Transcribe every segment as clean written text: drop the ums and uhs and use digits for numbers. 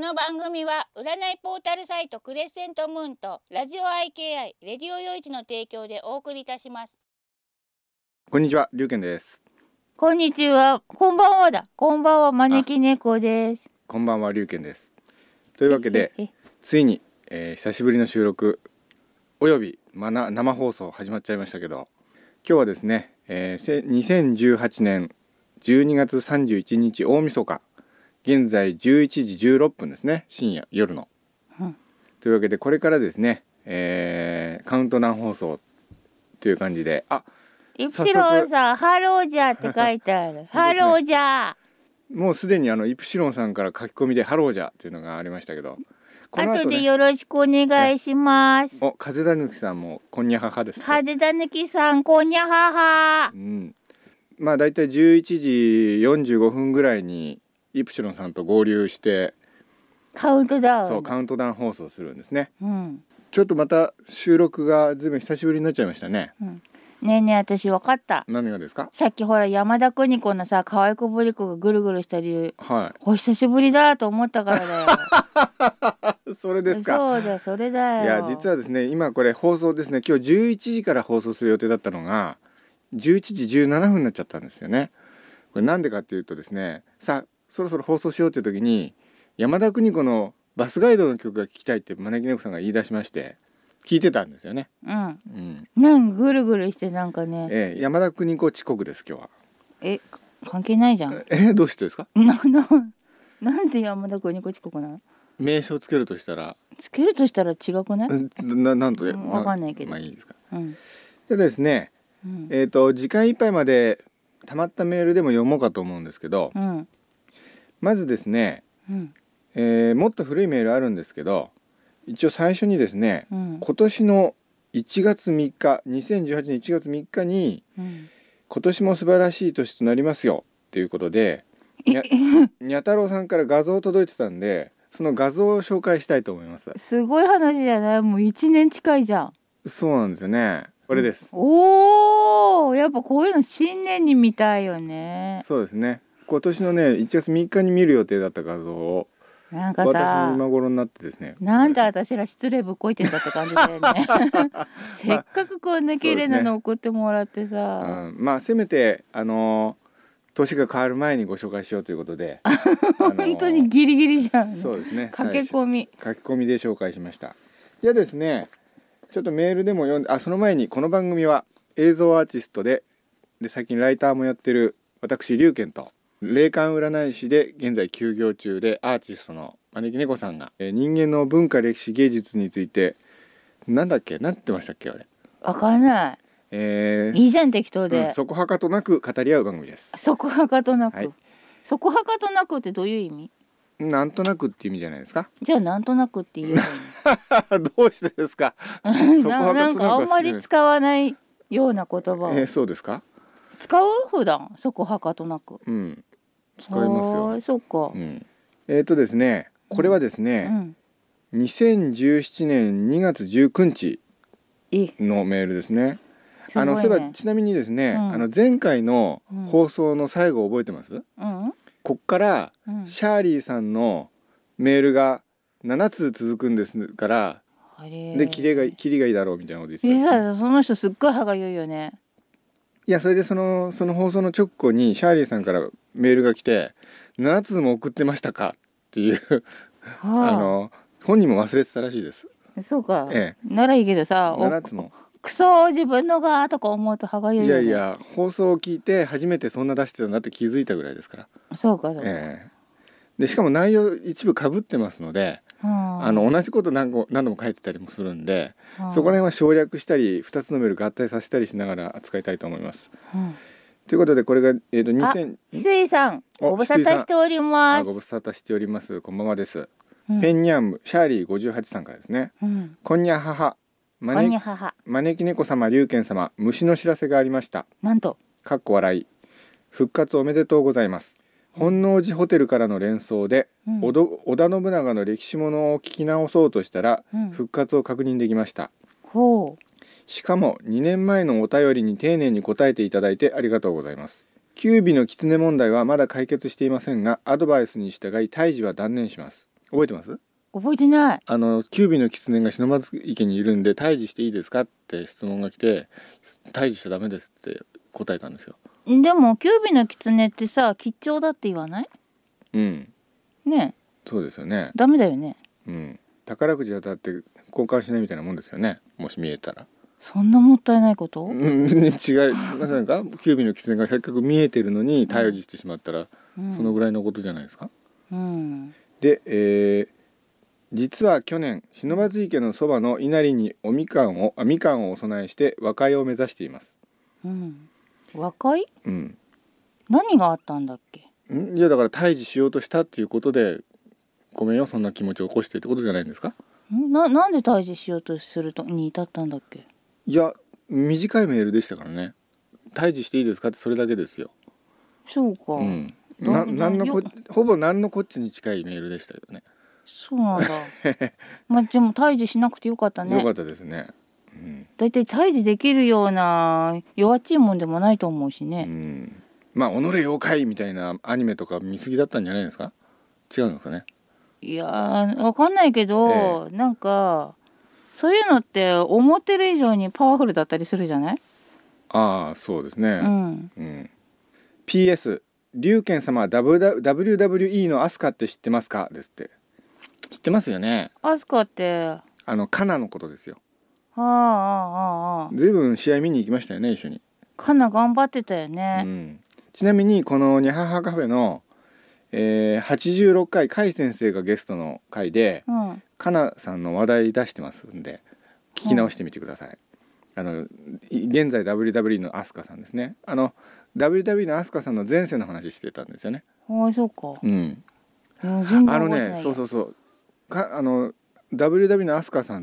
の番組は占いポータルサイトクレッセントムーンとラジオ IKI レディオヨイチの提供でお送りいたします。 こんにちは、りゅうけんです。 こんにちは、こんばんはだ。こんばんは、招き猫です。 こんばんは、りゅうけんです。というわけでついに、久しぶりの収録および、生放送始まっちゃいましたけど、今日はですね、2018年12月31日大晦日、現在11時16分ですね、深夜夜の、というわけでこれからですね、カウントダウン放送という感じで、 イプシロンさん、ハロージャーって書いてある。ハロージャー。 もうすでにイプシロンさんから書き込みでハロージャーっていうのがありましたけど、この後ね、 後でよろしくお願いします。 風田抜きさんもこんにゃははです、ね。 風田抜きさん、こんにゃはは。 まあだいたい11時45分ぐらいにイプシロンさんと合流してカウントダウン。 そうカウントダウン放送するんですね。 ちょっとまた収録がずいぶん久しぶりになっちゃいましたね。 ねえねえ、私分かった。 何がですか？ さっきほら山田邦子のさ、可愛いこぶり子がぐるぐるしたり、お久しぶりだと思ったからだよ。 それですか？ そうだ、それだよ。 いや実はですね、今これ放送ですね、今日11時から放送する予定だったのが11時17分になっちゃったんですよね。これなんでかっていうとですね、さあそろそろ放送しようっていう時に山田邦子のバスガイドの曲が聴きたいって招き猫さんが言い出しまして、聞いてたんですよね。 なんぐるぐるしてなんかね。 山田邦子遅刻です今日は。 関係ないじゃん。 どうしてですか？ なんで山田邦子遅刻なの？ 名称つけるとしたら違くない？ なんとわかんないけど。 まあいいですか。でですね、時間いっぱいまでたまったメールでも読もうかと思うんですけど、まずですね、もっと古いメールあるんですけど、一応最初にですね、今年の1月3日2018年1月3日に、今年も素晴らしい年となりますよということでにゃ太郎さんから画像届いてたんで、その画像を紹介したいと思います。 すごい話じゃない？もう1年近いじゃん。 そうなんですよね。これです。 やっぱこういうの新年に見たいよね。 そうですね。今年のね1月3日に見る予定だった画像をなんかさ、 私の今頃になってですね、 なんで私ら失礼ぶっこいてんだって感じだよね。せっかくこんな綺麗なの送ってもらってさ、 まあせめて年が変わる前にご紹介しようということで本当にギリギリじゃん。 そうですね、 書き込みで紹介しました。じゃあですね、ちょっとメールでも読んで、その前にこの番組は映像アーティストで最近ライターもやってる私りゅうけんと、霊感占い師で現在休業中でアーティストの招き猫さんが、人間の文化歴史芸術についてなんて言ってましたっけ？あれわかんない、いいじゃん適当で、 そこはかとなく語り合う番組です。 そこはかとなく、そこはかとなくってどういう意味？ なんとなくっていう意味じゃないですか。 じゃあなんとなくって言えばいいどうしてですか？ なんかあんまり使わないような言葉。 そうですか？ 使う？普段そこはかとなく。 使いますよ。 そうか。 ですね、これはですね、2017年2月19日のメールですね。そういえばちなみにですね、前回の放送の最後覚えてます？こっから、シャーリーさんのメールが7つ続くんですから、でキリがいいだろうみたいなこと言ってた。 実はその人すっごい歯がゆいよね。 いや、それでその放送の直後にシャーリーさんからメールが来て、7つも送ってましたかっていう本人も忘れてたらしいです。 そうか、ならいいけどさ、 7つもクソ自分のがとか思うと歯がゆいよね。 いや放送を聞いて初めてそんな出してたんだって気づいたぐらいですから。 そうかでしかも内容一部被ってますので、同じこと何度も書いてたりもするんで、そこら辺は省略したり2つのメール合体させたりしながら扱いたいと思います。ということでこれが翡翠さんご無沙汰しております。 ご無沙汰しております。こんばんはです。ペンニャンムシャーリー58さんからですね。こんにゃ母招き猫様龍賢様、虫の知らせがありました。 なんとかっこ笑い。復活おめでとうございます。本能寺ホテルからの連想で、織田信長の歴史ものを聞き直そうとしたら、復活を確認できました。しかも2年前のお便りに丁寧に答えていただいてありがとうございます。キュービの狐問題はまだ解決していませんが、アドバイスに従い退治は断念します。 覚えてます？ 覚えてない。 九尾の狐が篠松池にいるんで退治していいですかって質問が来て、退治しちゃダメですって答えたんですよ。 でも九尾の狐ってさ、吉兆だって言わない？ うん。 ね。 そうですよね。 ダメだよね。 うん。宝くじ当たって交換しないみたいなもんですよね。もし見えたら。 そんなもったいないこと？ 違いまさか九尾の狐がせっかく見えてるのに退治してしまったら、そのぐらいのことじゃないですか。 うん。 で、実は去年篠松池のそばの稲荷にみかんをお供えして和解を目指しています。 うん。和解？ うん。 何があったんだっけ？ いやだから退治しようとしたっていうことで、ごめんよそんな気持ちを起こしてってことじゃないんですか。 なんで退治しようとするとに至ったんだっけ？ いや短いメールでしたからね。退治していいですかってそれだけですよ。 そうか。 うん。ほぼ何のこっちに近いメールでしたけどね。 そうなんだ。まあでも退治しなくてよかったね。 よかったですね。うん。 だいたい退治できるような弱っちいもんでもないと思うしね。 うん。まあ己妖怪みたいなアニメとか見過ぎだったんじゃないですか。違うんですかね。 いやーわかんないけど、なんかそういうのって思ってる以上にパワフルだったりするじゃない？ ああそうですね。 うん。 うん。PS 龍賢様は WWE のアスカって知ってますかですって。知ってますよね。 アスカってカナのことですよ。 ああ。 ずいぶん試合見に行きましたよね一緒に。 カナ頑張ってたようね。 ん。ちなみにこのニャハハカフェの、86回甲斐先生がゲストの回で、カナさんの話題出してますんで聞き直してみてください。現在 WWE のアスカさんですね。WWE のアスカさんの前世の話してたんですよね。 ああそうか。 うん。そうWWE のアスカさんって、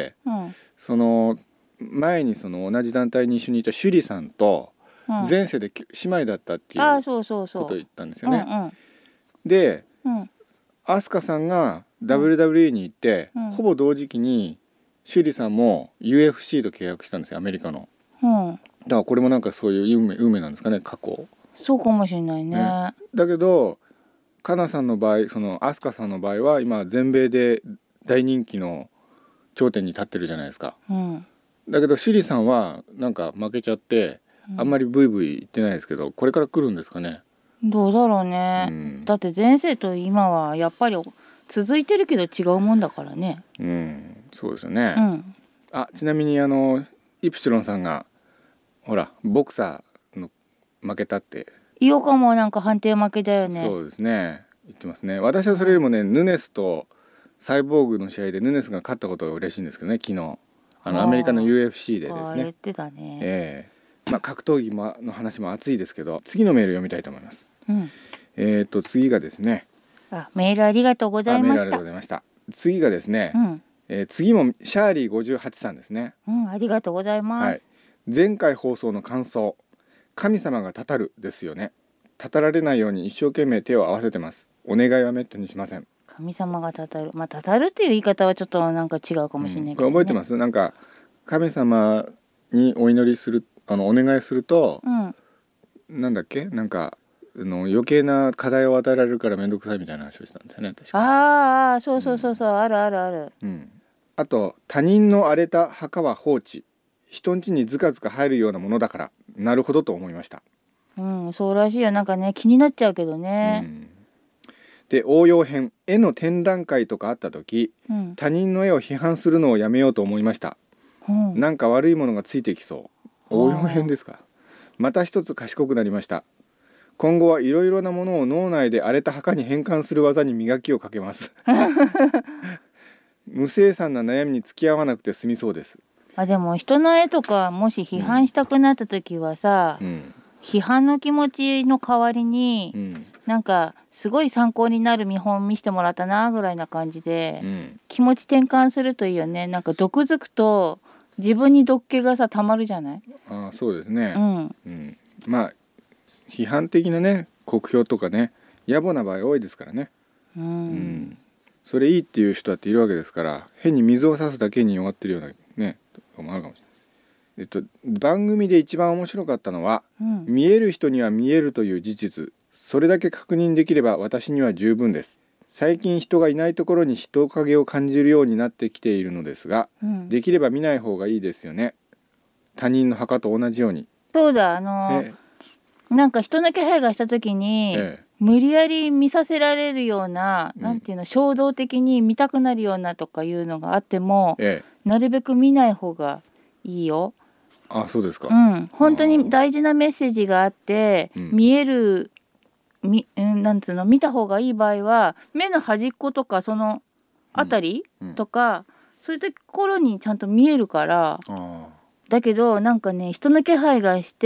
その前にその同じ団体に一緒にいた趣里さんと前世で姉妹だったっていうことを言ったんですよね。で、アスカさんが WWE に行って、ほぼ同時期に趣里さんも UFC と契約したんですよ、アメリカの。だからこれもなんかそういう運命なんですかね、過去。 そうかもしれないね。 だけどカナさんの場合、そのアスカさんの場合は今全米で大人気の頂点に立ってるじゃないですか。だけど趣里さんはなんか負けちゃって、あんまりブイブイ言ってないですけど、これから来るんですかね。 どうだろうね。だって前世と今はやっぱり続いてるけど違うもんだからね。 そうですよね。ちなみにイプシロンさんがほらボクサーの負けたって。 井岡もなんか判定負けだよね。 そうですね、言ってますね。私はそれよりもね、ヌネスとサイボーグの試合でヌネスが勝ったことが嬉しいんですけどね、昨日アメリカの UFC でですね。 言ってたね。 格闘技の話も熱いですけど、次のメール読みたいと思います。次がですね、 メールありがとうございました。 メールありがとうございました。次がですね、次もシャーリー58さんですね。 ありがとうございます。 前回放送の感想、神様がたたるですよね。たたられないように一生懸命手を合わせてます。お願いはめったにしません。 神様がたたる、たたるっていう言い方はちょっとなんか違うかもしれないけど、ね。 これ覚えてます？なんか神様にお祈りする、お願いすると、なんだっけ、なんか余計な課題を与えられるから面倒くさいみたいな話をしたんですよね、確か。 そう、あるあるある。 あと他人の荒れた墓は放置、人ん家にずかずか入るようなものだから、なるほどと思いました。 そうらしいよ。なんかね、気になっちゃうけどね。 で、応用編、絵の展覧会とかあった時、他人の絵を批判するのをやめようと思いました。なんか悪いものがついてきそう。応用編ですか。また一つ賢くなりました。今後はいろいろなものを脳内で荒れた墓に変換する技に磨きをかけます。無生産な悩みに付き合わなくて済みそうです。 でも人の絵とかもし批判したくなった時はさ、批判の気持ちの代わりに、なんかすごい参考になる見本見せてもらったなぐらいな感じで、気持ち転換するといいよね。なんか毒づくと自分に毒気がさたまるじゃない。 そうですね。批判的なね、酷評とかね、野暮な場合多いですからね。それいいっていう人だっているわけですから、変に水を差すだけに終わってるようなねとこもあるかもしれないです。番組で一番面白かったのは、見える人には見えるという事実、それだけ確認できれば私には十分です。 最近人がいないところに人影を感じるようになってきているのですが、できれば見ない方がいいですよね。他人の墓と同じように。 そうだ、なんか人の気配がした時に、無理やり見させられるような、なんていうの、衝動的に見たくなるようなとかいうのがあっても、なるべく見ない方がいいよ。 あ、そうですか。 本当に大事なメッセージがあって、見えるなんつうの、見た方がいい場合は目の端っことかそのあたりとか、そういうところにちゃんと見えるから。だけどなんかね、人の気配がして、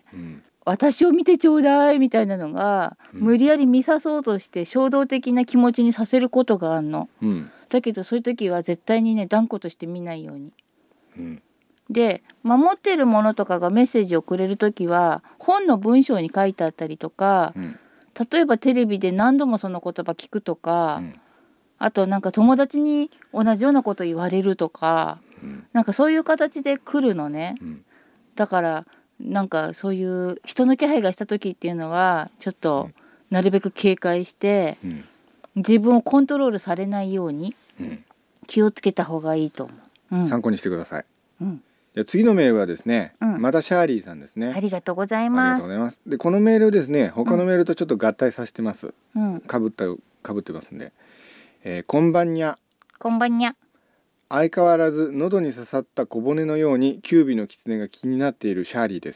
私を見てちょうだいみたいなのが、無理やり見さそうとして衝動的な気持ちにさせることがあるの。だけどそういう時は絶対にね、断固として見ないように。で、守ってるものとかがメッセージをくれる時は本の文章に書いてあったりとか、例えばテレビで何度もその言葉聞くとか、あとなんか友達に同じようなこと言われるとか、なんかそういう形で来るのね。だからなんかそういう人の気配がした時っていうのはちょっとなるべく警戒して、自分をコントロールされないように気をつけた方がいいと思う。 参考にしてください。じゃあ次のメールはですね、またシャーリーさんですね。 ありがとうございます。 ありがとうございます。でこのメールですね、他のメールとちょっと合体させてます。かぶってますんで、こんばんにゃ。 こんばんにゃ。 相変わらず喉に刺さった小骨のようにキュービの狐が気になっているシャーリーです。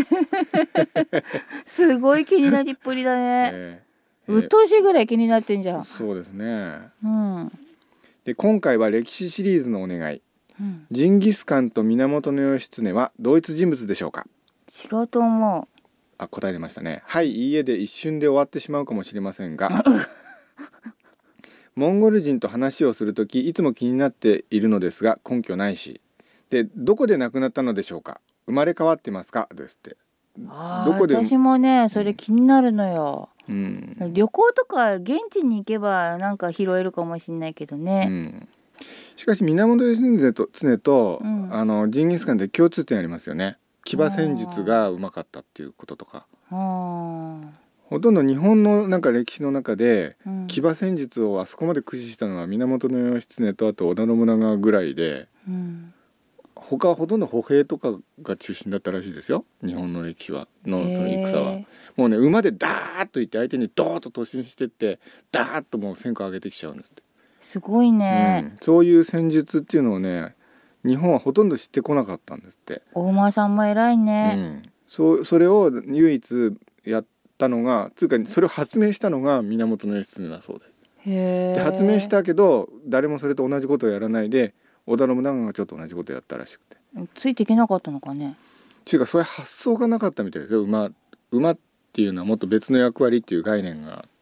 すごい気になりっぷりだね。うっとうしいぐらい気になってんじゃん。 そうですね。で今回は歴史シリーズのお願い。ジンギスカンと源義経は同一人物でしょうか。 違うと思う。 あ、答えれましたね。はい、いいえで一瞬で終わってしまうかもしれませんがモンゴル人と話をするときいつも気になっているのですが根拠ないし、でどこで亡くなったのでしょうか。生まれ変わってますかですって。 どこで。私もねそれ気になるのよ。旅行とか現地に行けばなんか拾えるかもしれないけどね。 しかし源義経と常と、ジンギスカンで共通点ありますよね。騎馬戦術がうまかったっていうこととか。ほとんど日本のなんか歴史の中で、騎馬戦術をあそこまで駆使したのは源義経とあと織田信長ぐらいで、他はほとんど歩兵とかが中心だったらしいですよ。日本の歴史はその戦はもうね、馬でダーッと行って相手にドーッと突進してってダーッともう戦果上げてきちゃうんですって。 すごいね、 そういう戦術っていうのをね日本はほとんど知ってこなかったんですって。 大馬さんも偉いね。 それを唯一やったのがつうかそれを発明したのが源義経だそうで。で発明したけど誰もそれと同じことをやらないで織田信長がちょっと同じことやったらしくてついていけなかったのかね。 っていうかそういう発想がなかったみたいですよ。馬っていうのはもっと別の役割っていう概念があって。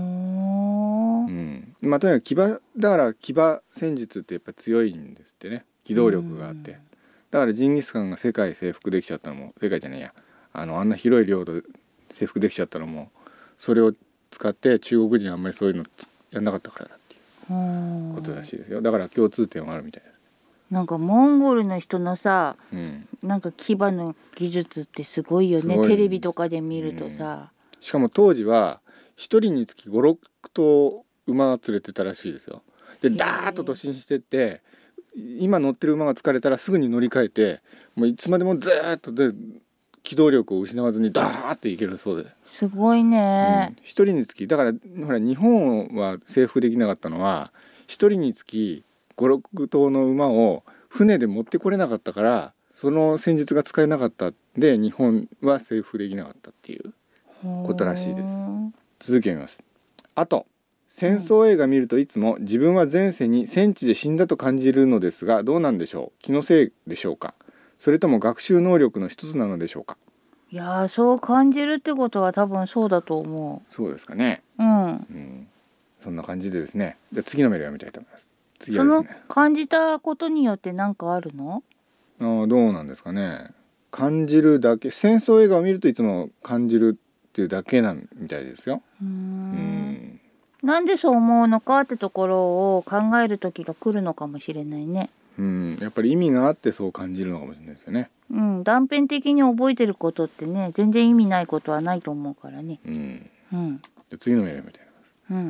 まあとにかく騎馬だから騎馬戦術ってやっぱ強いんですってね。機動力があって、だからジンギスカンが世界征服できちゃったのも世界じゃないやあんな広い領土征服できちゃったのもそれを使って中国人あんまりそういうのやんなかったからだっていうことらしいですよ。だから共通点はあるみたいです。 なんかモンゴルの人のさ、なんか騎馬の技術ってすごいよね。テレビとかで見るとさ、 しかも当時は一人につき 5,6 頭馬連れてたらしいですよ。でダーッと突進してって今乗ってる馬が疲れたらすぐに乗り換えてもういつまでもずーっとで機動力を失わずにダーッといけるそうで。 すごいね。 一人につきだからほら日本は征服できなかったのは一人につき 5,6 頭の馬を船で持ってこれなかったからその戦術が使えなかったで日本は征服できなかったっていうことらしいです。続きを見ます。あと戦争映画見るといつも自分は前世に戦地で死んだと感じるのですがどうなんでしょう。気のせいでしょうか、それとも学習能力の一つなのでしょうか。 いやそう感じるってことは多分そうだと思う。そうですかね。そんな感じでですね。じゃあ次のメールを読みたいと思います。次はですね。 その感じたことによって何かあるの？ どうなんですかね。感じるだけ戦争映画を見るといつも感じるっていうだけなんみたいですよ。 なんでそう思うのかってところを考える時が来るのかもしれないね。 やっぱり意味があってそう感じるのかもしれないですよね。 断片的に覚えてることってね全然意味ないことはないと思うからね。 じゃ次のメールみたいな。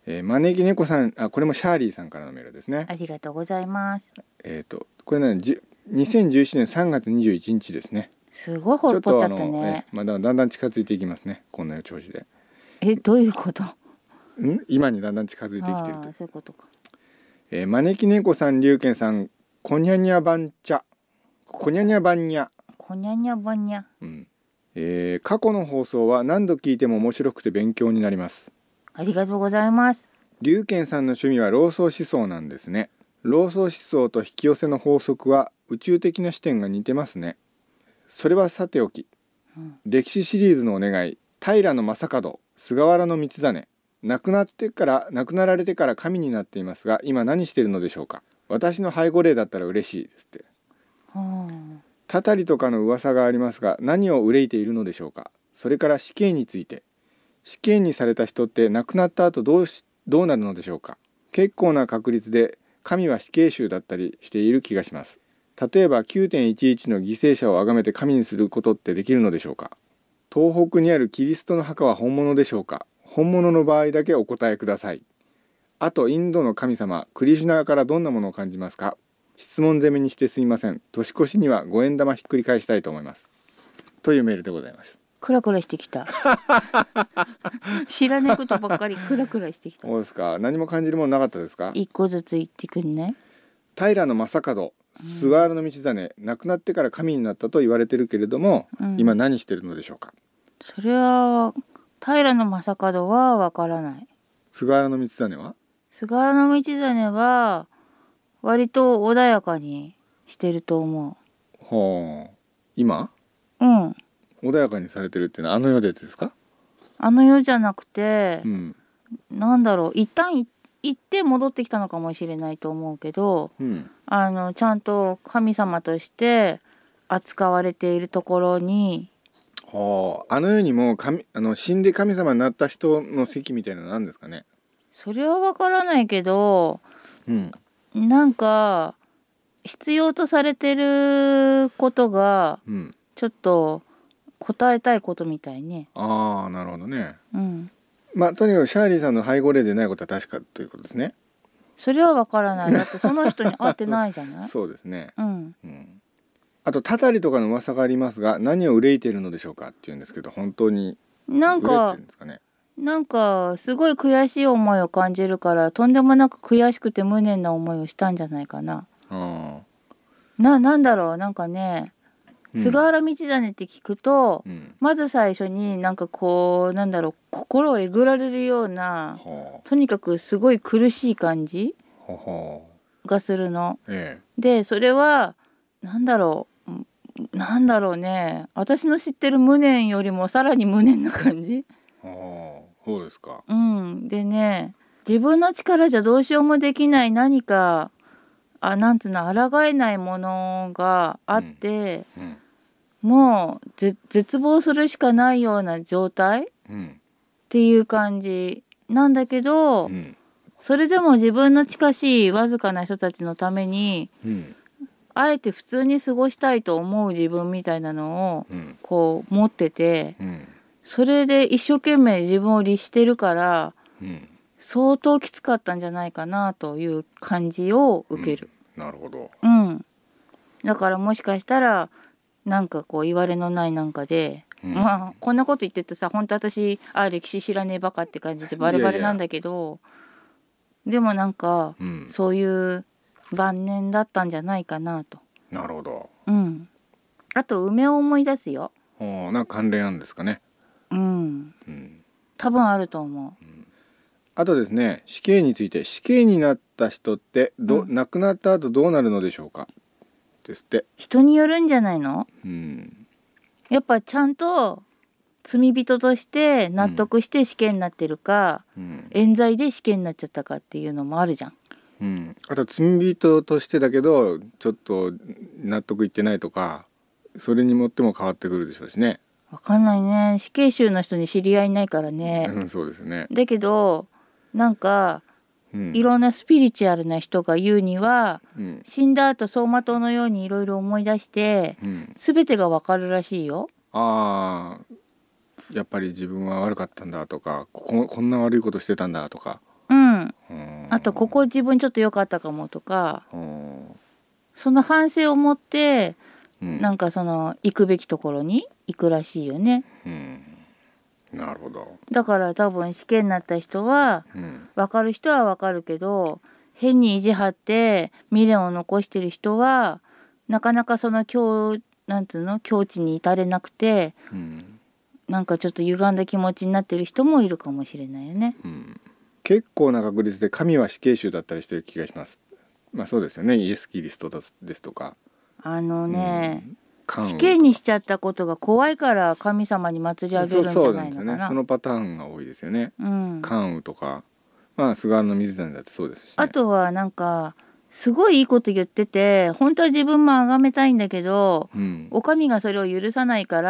招き猫さん、これもシャーリーさんからのメールですね。 ありがとうございます。 これね、2017年3月21日ですね。 すごいほっぽっちゃったね。 まだだんだん近づいていきますね、こんな調子で。 どういうこと？ 今にだんだん近づいてきてると。 そういうことか。 招き猫さん、龍賢さん、こにゃにゃばんちゃ、こにゃにゃばんにゃ。 こにゃにゃばんにゃ。 過去の放送は何度聞いても面白くて勉強になります。 ありがとうございます。 龍賢さんの趣味は老荘思想なんですね。老荘思想と引き寄せの法則は宇宙的な視点が似てますね。それはさておき、歴史シリーズのお願い、平将門、菅原道真、亡くなられてから神になっていますが、今何しているのでしょうか。私の背後霊だったら嬉しいですって。たたりとかの噂がありますが、何を憂いているのでしょうか。それから死刑について、死刑にされた人って亡くなった後どうなるのでしょうか。結構な確率で神は死刑囚だったりしている気がします。例えば 9.11 の犠牲者を崇めて神にすることってできるのでしょうか。東北にあるキリストの墓は本物でしょうか。本物の場合だけお答えください。あとインドの神様クリシュナからどんなものを感じますか。質問攻めにしてすいません。年越しには5円玉ひっくり返したいと思います、というメールでございます。 クラクラしてきた。知らないことばっかりクラクラしてきた。 そうですか。何も感じるものなかったですか。 一個ずつ言ってくんね。 平将門、菅原道真、亡くなってから神になったと言われてるけれども、今何してるのでしょうか。 それは平将門はわからない。 菅原道真は道真は割と穏やかにしてると思う。今？穏やかにされてるっていうのはあの世でですか。 あの世じゃなくて、なんだろう、一旦行って戻ってきたのかもしれないと思うけど、ちゃんと神様として扱われているところに、 あの世にも死んで神様になった人の席みたいなのなんですかね。 それはわからないけど、なんか必要とされてることがちょっと答えたいことみたいね。 なるほどね。とにかくシャーリーさんの背後霊でないことは確かということですね。 それはわからない。だってその人に会ってないじゃない。 そうですね。あとたたりとかの噂がありますが、何を憂いているのでしょうかっていうんですけど、本当に憂いてるんですかね。 なんかすごい悔しい思いを感じるから、とんでもなく悔しくて無念な思いをしたんじゃないかな。なんだろう、なんかね、菅原道真って聞くと、まず最初になんかこう、なんだろう、心をえぐられるような、とにかくすごい苦しい感じがするの。でそれはなんだろうね、私の知ってる無念よりもさらに無念な感じ。 そうですか。 でね、自分の力じゃどうしようもできない何かなんつうの、抗えないものがあって、もう絶望するしかないような状態、っていう感じなんだけど、それでも自分の近しいわずかな人たちのために、あえて普通に過ごしたいと思う自分みたいなのをこう持ってて、それで一生懸命自分を律してるから、相当きつかったんじゃないかなという感じを受ける。 なるほど。 だからもしかしたらなんかこう言われのないなんかで、こんなこと言ってるとさ、本当私歴史知らねえバカって感じでバレバレなんだけど、でもなんか、そういう晩年だったんじゃないかなと。 なるほど。 あと梅を思い出すよ。 なんか関連なんですかね。 多分あると思う。 あとですね、死刑について、死刑になった人って亡くなった後どうなるのでしょうかですって。 人によるんじゃないの。やっぱちゃんと罪人として納得して死刑になってるか、冤罪で死刑になっちゃったかっていうのもあるじゃん。 あと罪人としてだけどちょっと納得いってないとか、それにもっても変わってくるでしょうしね。 わかんないね。死刑囚の人に知り合いないからね。 そうですね。 だけどなんか、いろんなスピリチュアルな人が言うには、死んだ後走馬灯のようにいろいろ思い出して、全てがわかるらしいよ。 やっぱり自分は悪かったんだとか、こんな悪いことしてたんだとか。 あとここ自分ちょっと良かったかもとか、その反省を持って、なんかその行くべきところに行くらしいよね。 なるほど。 だから多分試験になった人は、分かる人は分かるけど、変に意地張って未練を残してる人はなかなかそのなんつうの境地に至れなくて、なんかちょっと歪んだ気持ちになってる人もいるかもしれないよね。 結構な確率で神は死刑囚だったりしてる気がします。まあそうですよね。イエス・キリストですとか。 死刑にしちゃったことが怖いから神様に祭り上げるんじゃないのかな。 そうなんですよね。そのパターンが多いですよね。関羽とか、まあ菅原道真だってそうですし、ね。 あとはなんかすごいいいこと言ってて、本当は自分も崇めたいんだけど、お上がそれを許さないから、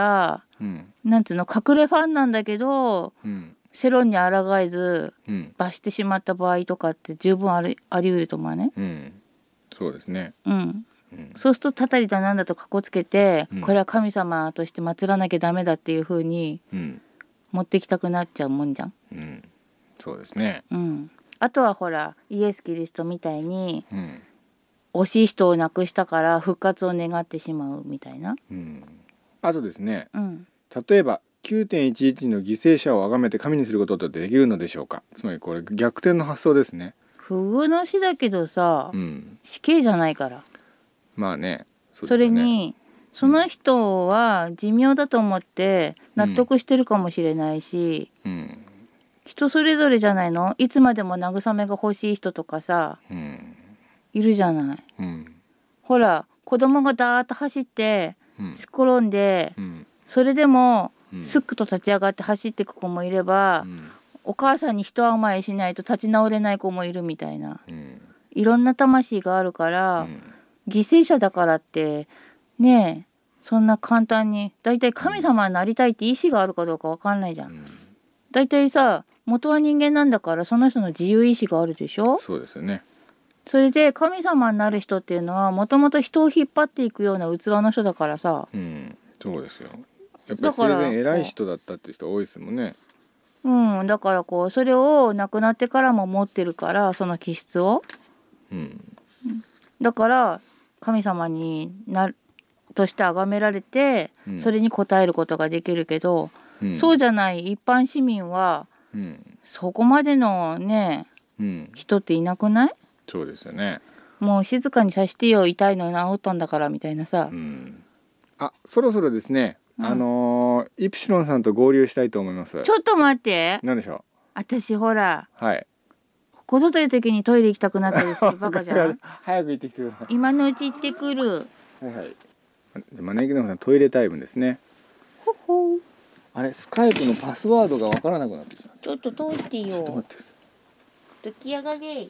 なんつうの隠れファンなんだけど、世論に抗えず、罰してしまった場合とかって十分あり得ると思うね。 そうですね。 そうするとたたりだなんだとかっこつけて、これは神様として祀らなきゃダメだっていう風に持ってきたくなっちゃうもんじゃん。 そうですね。 あとはほらイエス・キリストみたいに、惜しい人を亡くしたから復活を願ってしまうみたいな。 あとですね、例えば 9.11 の犠牲者を崇めて神にすることってできるのでしょうか。つまりこれ逆転の発想ですね。 不遇の死だけどさ、死刑じゃないから。 まあね。 それにその人は寿命だと思って納得してるかもしれないし、人それぞれじゃないの。いつまでも慰めが欲しい人とかさ、いるじゃない。ほら子供がダーッと走ってすっ転んで、それでもスックと立ち上がって走っていく子もいれば、お母さんに一甘えしないと立ち直れない子もいるみたいな、いろんな魂があるから、犠牲者だからってねえ、そんな簡単にだいたい神様になりたいって意志があるかどうか分かんないじゃん。だいたいさ元は人間なんだから、その人の自由意志があるでしょ。 そうですよね。 それで神様になる人っていうのはもともと人を引っ張っていくような器の人だからさ。 そうですよ。やっぱり生前偉い人だったって人多いですもんね。 だからこうそれを亡くなってからも持ってるから、その気質を、だから神様にとして崇められて、それに応えることができるけど、そうじゃない一般市民は、そこまでのね、人っていなくない？ そうですよね。 もう静かにさせてよ、痛いの治ったんだからみたいなさ。 そろそろですね、イプシロンさんと合流したいと思います。 ちょっと待って。 何でしょう。 私ほら、ここぞという時にトイレ行きたくなったりするバカじゃん。 早く行ってきてください。 今のうち行ってくる。 招き猫さんトイレタイムですね。あれスカイプのパスワードがわからなくなってきた。 ちょっと通してよ。 ちょっと待って。 出来上がれ。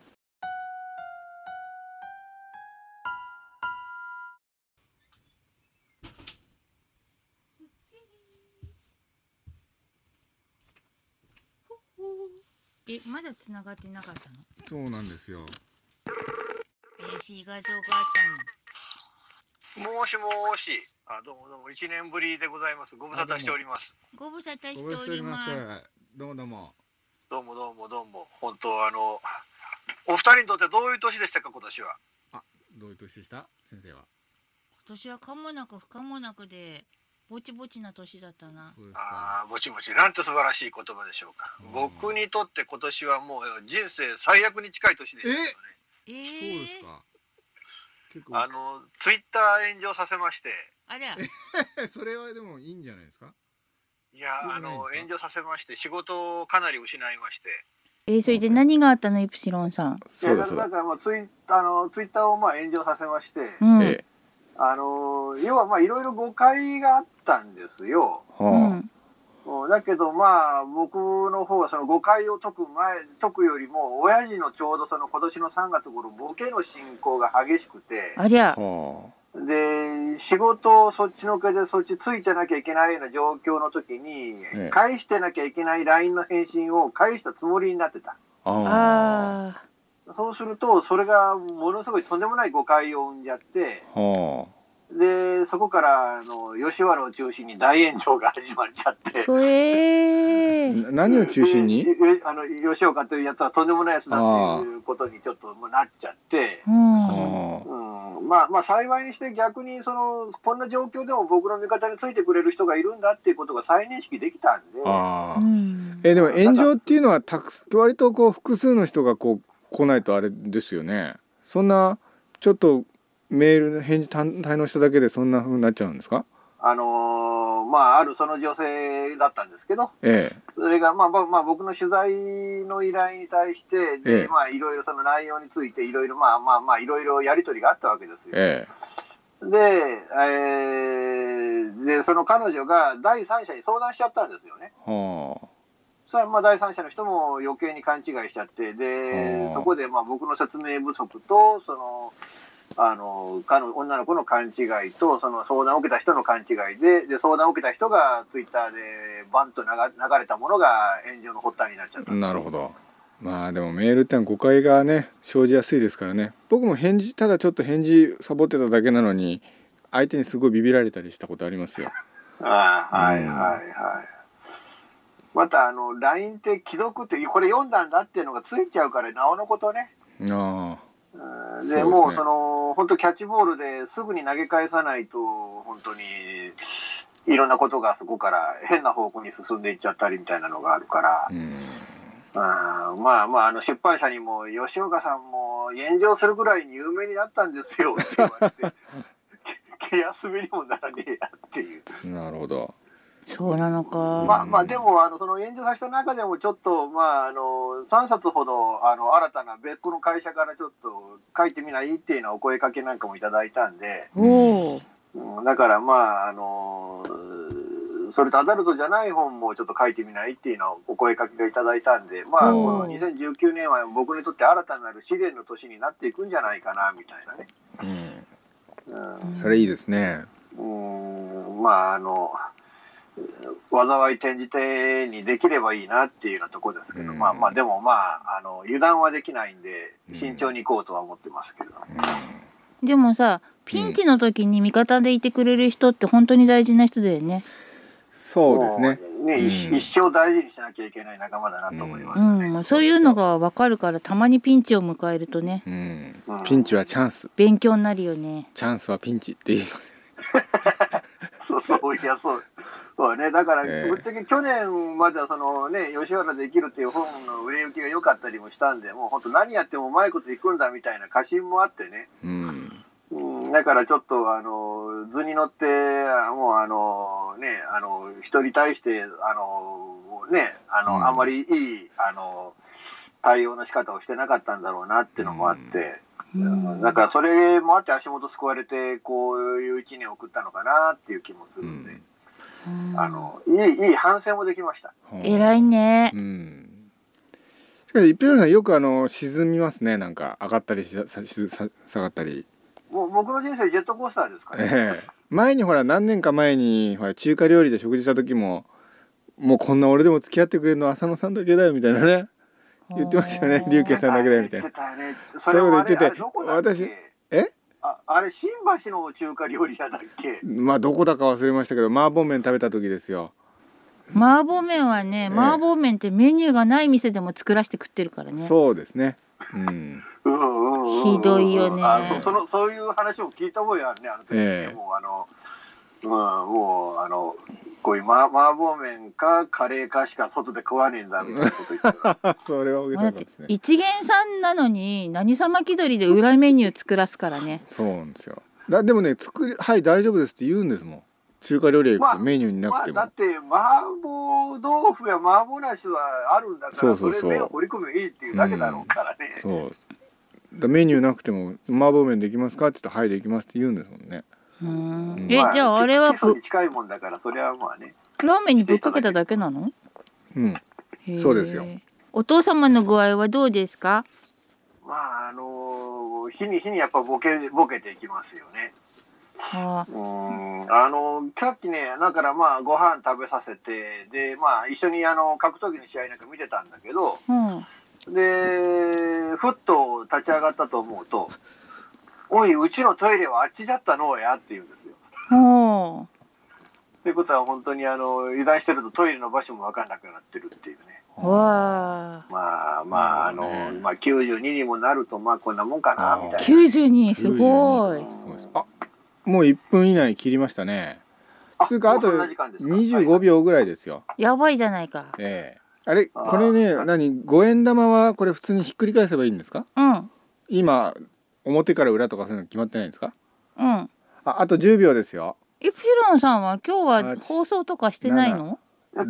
まだ繋がってなかったの？ そうなんですよ。 怪しい画像があったの。もしもし。どうもどうも1年ぶりでございます。ご無沙汰しております。 ご無沙汰しております。 どうもどうも。 どうもどうもどうも。本当お二人にとってどういう年でしたか、今年は。 どういう年でした先生は。 今年は可もなく不可もなくでぼちぼちな年だったな。 ぼちぼちなんて素晴らしい言葉でしょうか。僕にとって今年はもう人生最悪に近い年でしたね。 そうですか。 結構ツイッター炎上させまして。 ありゃそれはでもいいんじゃないですか。 いや炎上させまして、仕事をかなり失いまして。 それで何があったの、イプシロンさん。 そうです。だからツイッターを炎上させまして、要はいろいろ誤解があったんですよ。だけど僕の方はその誤解を解くよりも、親父のちょうどその今年の3月頃ボケの進行が激しくて、 ありゃで仕事をそっちのけでそっちついてなきゃいけないような状況の時に、返してなきゃいけない LINE の返信を返したつもりになってた。そうするとそれがものすごいとんでもない誤解を生んじゃって、 でそこから吉原を中心に大炎上が始まっちゃって、 何を中心に吉岡というやつはとんでもないやつだっていうことにちょっともうなっちゃって、まあ幸いにして逆にこんな状況でも僕の味方についてくれる人がいるんだっていうことが再認識できたんで、でも炎上っていうのは割とこう複数の人がこう来ないとあれですよね。そんなちょっとメールの返事単体の人だけでそんな風になっちゃうんですか？ あるその女性だったんですけど、それが僕の取材の依頼に対してで、いろいろその内容についていろいろいろいろやり取りがあったわけですよ。でその彼女が第三者に相談しちゃったんですよね。それは第三者の人も余計に勘違いしちゃって、でそこで僕の説明不足と女の子の勘違いとその相談を受けた人の勘違いで相談を受けた人がツイッターでバンと流れたものが炎上の発端になっちゃった。 なるほど。でもメールってのは誤解がね生じやすいですからね。僕もただちょっと返事サボってただけなのに相手にすごいビビられたりしたことありますよ。 またLINE って既読ってこれ読んだんだっていうのがついちゃうからなおのことね。でもう本当キャッチボールですぐに投げ返さないと本当にいろんなことがそこから変な方向に進んでいっちゃったりみたいなのがあるから、出版社にも吉岡さんも炎上するぐらいに有名になったんですよって言われて気休めにもならねえやっていう。 なるほど。 そうなのか。 でもその炎上させた中でもちょっと3冊ほど新たな別個の会社からちょっと書いてみないっていうのはお声かけなんかもいただいたんで、だからそれとアダルトじゃない本もちょっと書いてみないっていうのをお声かけがいただいたんで、この2019年は僕にとって新たなる試練の年になっていくんじゃないかなみたいなね。 それいいですね。 災い転じてにできればいいなっていうようなところですけど、でも油断はできないんで慎重にいこうとは思ってますけど、 でもさピンチの時に味方でいてくれる人って本当に大事な人だよね。 そうですね。 一生大事にしなきゃいけない仲間だなと思いますね。 そういうのが分かるからたまにピンチを迎えるとね、 ピンチはチャンス、 勉強になるよね。 チャンスはピンチって言いますそうね、だからぶっちゃけ去年までは吉原で生きるっていう本の売れ行きが良かったりもしたんで、もう本当何やってもうまいこといくんだみたいな過信もあってね、だからちょっと図に乗ってもう人に対してあんまりいい対応の仕方をしてなかったんだろうなっていうのもあって、だからそれもあって足元救われてこういう一年を送ったのかなっていう気もするんで、いい反省もできました。 偉いね。 しかし一平さんよく沈みますね。なんか上がったり下がったり。 もう僕の人生ジェットコースターですからね。 前に何年か前に中華料理で食事した時ももうこんな俺でも付き合ってくれるのは浅野さんだけだよみたいなね言ってましたよね。龍慶さんだけだよみたいな。そういうこと言ってて、私あれ新橋の中華料理屋だっけ？ どこだか忘れましたけど麻婆麺食べた時ですよ。 麻婆麺はね、麻婆麺ってメニューがない店でも作らせて食ってるからね。 そうですね。 ひどいよね。 そういう話を聞いた覚えあるね、あの時ね。こういう麻婆麺かカレーかしか外で食わねえんだみたいなこと言ってた。 それは大げさだったですね。 一元さんなのに何様気取りで裏メニュー作らすからね。 そうなんですよ。でもねはい大丈夫ですって言うんですもん。中華料理屋行くとメニューになくても。 だって麻婆豆腐や麻婆なしはあるんだからそれ目を掘り込めばいいっていうだけだろうからね。 そうメニューなくても麻婆麺できますかって言ったらはいできますって言うんですもんね。 じゃああれは基礎に近いもんだからそれはまあね。 ラーメンにぶっかけただけなの？ そうですよ。 お父様の具合はどうですか？ 日にやっぱボケていきますよね。さっきねだからご飯食べさせてで一緒に格闘技の試合なんか見てたんだけど、でふっと立ち上がったと思うとおいうちのトイレはあっちだったのやって言うんですよ。ということは本当に油断してるとトイレの場所も分からなくなってるっていうね。 わあ。まあ92にもなるとまあこんなもんかなみたいな。 92すごい。 あ、もう1分以内切りましたね。つうかあと25秒ぐらいですよ。 やばいじゃないか。 あれこれね、5円玉はこれ普通にひっくり返せばいいんですか？ うん。 今表から裏とかそういうの決まってないんですか？ うん。 あと10秒ですよ。 ピロンさんは今日は放送とかしてないの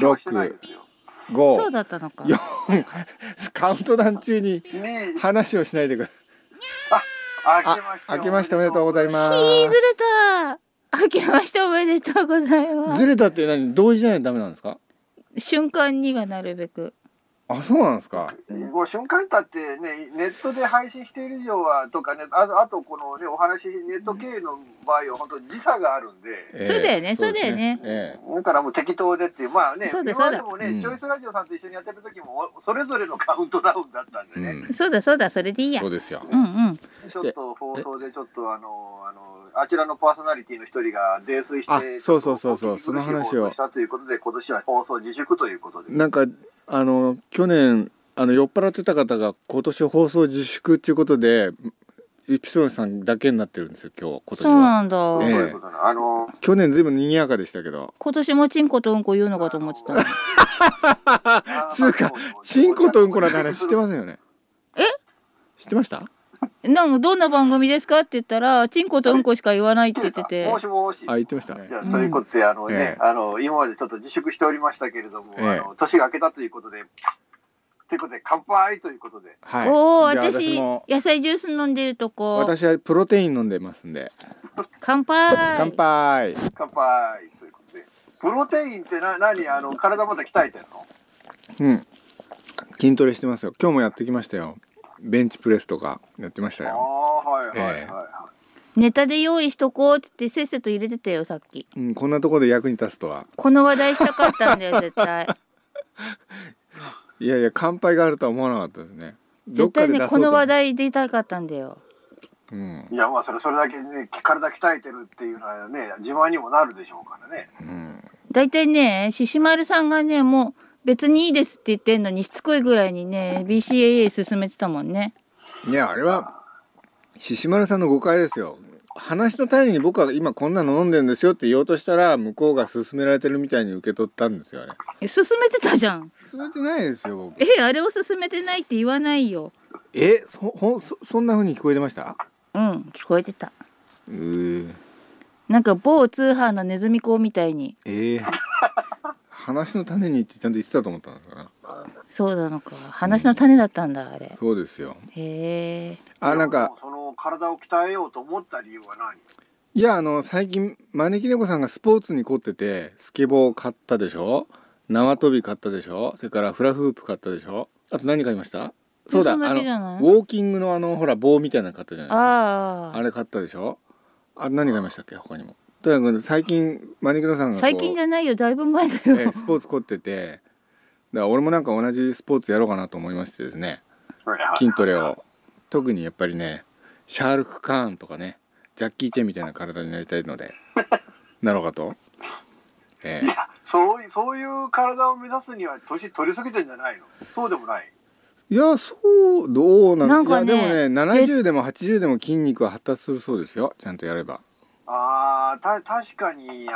？6、5、 そうだったのか。 4カウントダウン中に話をしないでください。明けましておめでとうございます。 ずれた。明けましておめでとうございます。 ずれたって何？同時じゃないとダメなんですか？ 瞬間にがなるべく。 あ、そうなんですか。 もう瞬間経ってね、ネットで配信している以上はとかね、あとこのねお話ネット経営の場合は本当に時差があるんで、 そうだよね、そうだよね。 だからもう適当でっていうまあね、 今までもね、チョイスラジオさんと一緒にやってる時もそれぞれのカウントダウンだったんでね。 そうだそうだ、それでいいや。 そうですよ。 ちょっと放送でちょっとあちらのパーソナリティの一人が泥酔してそうその話をしたということで今年は放送自粛ということで。 なんか去年酔っ払ってた方が今年放送自粛っていうことでエピソードさんだけになってるんですよ今年は。 そうなんだ。 去年ずいぶん賑やかでしたけど。 今年もチンコとうんこ言うのかと思ってた。 つうかチンコとうんこなんて話知ってませんよね。知ってました？ なんかどんな番組ですかって言ったらチンコとうんこしか言わないって言ってて。 もしもし。 言ってました。 ということで今までちょっと自粛しておりましたけれども、年が明けたということで。乾杯ということで。 おお、私野菜ジュース飲んでるとこ。 私はプロテイン飲んでますんで。 乾杯。 乾杯。 乾杯ということで。プロテインって何体まだ鍛えてるの？筋トレしてますよ。今日もやってきましたよ。ベンチプレスとかやってましたよ。 ネタで用意しとこうってせっせと入れてたよさっき。 こんなところで役に立つとは。 この話題したかったんだよ絶対。 いや乾杯があるとは思わなかったですね。 絶対ねこの話題出たかったんだよ。 いやまあそれだけね体鍛えてるっていうのはね自慢にもなるでしょうからね。 だいたいね獅子丸さんがねもう別にいいですって言ってんのにしつこいぐらいにね BCAA 進めてたもんね。 いやあれは獅子丸さんの誤解ですよ。話の種に僕は今こんなの飲んでるんですよって言おうとしたら向こうが勧められてるみたいに受け取ったんですよあれ。 勧めてたじゃん。 勧めてないですよ僕。 あれを勧めてないって言わないよ。 そんな風に聞こえてました？ 聞こえてた。なんか某通販のネズミ講みたいに。 話の種にってちゃんと言ってたと思ったんですかな。 そうなのか。話の種だったんだあれ。 そうですよ。 なんかその体を鍛えようと思った理由は何？ いや最近招き猫さんがスポーツに凝っててスケボー買ったでしょ、縄跳び買ったでしょ、それからフラフープ買ったでしょ、あと何買いました？そうだウォーキングのほら棒みたいなの買ったじゃないですか。あれ買ったでしょ。何買いましたっけ他にも。とにかく最近招き猫さんが最近じゃないよだいぶ前だよ、 スポーツ凝っててだから俺もなんか同じスポーツやろうかなと思いましてですね、筋トレを特にやっぱりねシャールク・カーンとかねジャッキー・チェンみたいな体になりたいのでなろうかと。 いやそういう体を目指すには年取りすぎてんじゃないの？そうでもない。 いやそうどうなんか、ね、いやでもね70でも80でも筋肉は発達するそうですよちゃんとやれば。 確かにね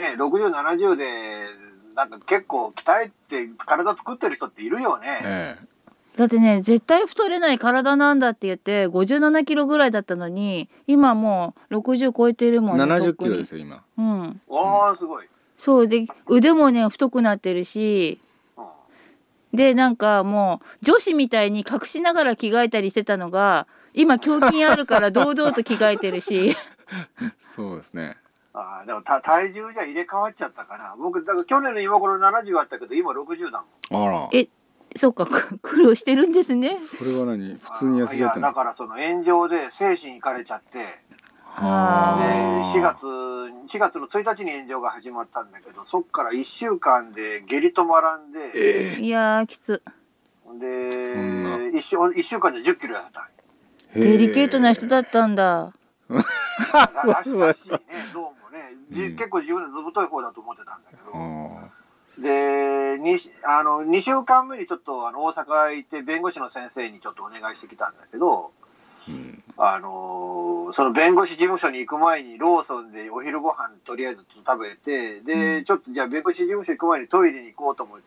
60、70でなんか結構鍛えて体作ってる人っているよね。 だってね絶対太れない体なんだって言って57キロぐらいだったのに今もう60超えてるもんね。 70キロですよ今。 すごい。 そうで腕もね太くなってるし、でなんかもう女子みたいに隠しながら着替えたりしてたのが今胸筋あるから堂々と着替えてるしそうですね。 でも体重じゃ入れ替わっちゃったかな。僕だから去年の今頃70あったけど今60だもん。 あら。 そうか苦労してるんですね。 それは何普通に痩せちゃったの？ だからその炎上で精神いかれちゃってで4月の1日に炎上が始まったんだけどそっから1週間で下痢止まらんで、 いやーきつで1週間で10キロやった。 デリケートな人だったんだ。 らしいね、どうもね、結構自分でずぶとい方だと思ってたんだけど、で、2週間目にちょっと大阪行って弁護士の先生にちょっとお願いしてきたんだけど、その弁護士事務所に行く前にローソンでお昼ご飯とりあえず食べて、で、ちょっとじゃあ弁護士事務所行く前にトイレに行こうと思って、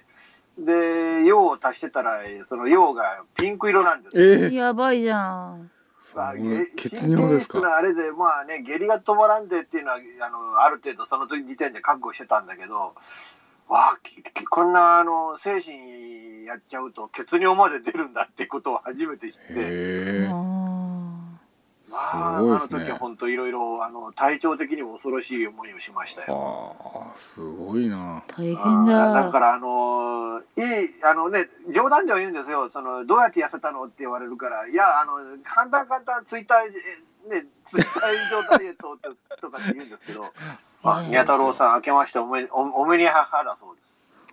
で、用を足してたら、その用がピンク色なんです。 やばいじゃん。 血尿ですか。 あれで、まあね、下痢が止まらんでっていうのは、ある程度その時点で覚悟してたんだけど、わあ、こんな精神やっちゃうと血尿まで出るんだってことを初めて知って、まあ、あの時は本当いろいろ体調的にも恐ろしい思いをしましたよ。 すごいな。 大変だ。 だから冗談では言うんですよ。どうやって痩せたのって言われるから、いや簡単ツイッター以上ダイエットとかって言うんですけど、宮太郎さん明けましておめに母だそうです。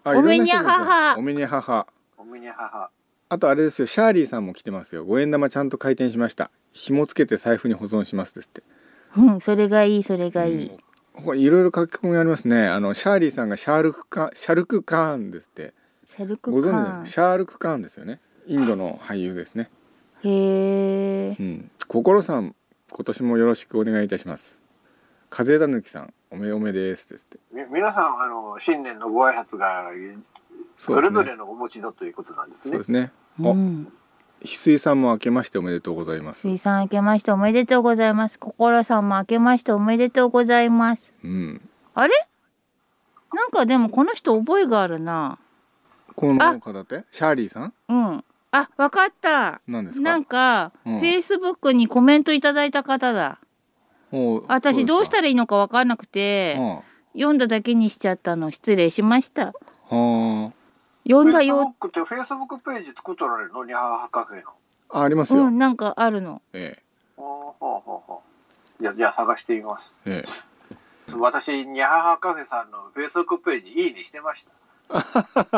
おめに母。 おめに母。 おめに母。 あとあれですよ、シャーリーさんも来てますよ。5円玉ちゃんと回転しました。紐つけて財布に保存しますですって。 それがいい、それがいい。 いろいろ書き込みありますね。シャーリーさんがシャルクカーンですって。 シャルクカーン。 ご存知ですか？シャールクカーンですよね。インドの俳優ですね。 へえ。 心さん、今年もよろしくお願いいたします。風たぬきさん、おめおめですですって。 皆さん新年のご挨拶がそれぞれのお持ちだということなんですね。 そうですね。翡翠さんも明けましておめでとうございます。 翡翠さん明けましておめでとうございます。心さんも明けましておめでとうございます。あれ？なんかでもこの人覚えがあるな。 この方ってシャーリーさん？ あ、わかった。 何ですか？ なんか、フェイスブックにコメントいただいた方だ。私どうしたらいいのかわかんなくて、読んだだけにしちゃったの。失礼しました。読んだよ。 フェイスブックページ作っとられるの？にゃははカフェの。 ありますよ。 なんかあるの。 じゃあ探してみます。私にゃははカフェさんのフェイスブックページいいねしてました。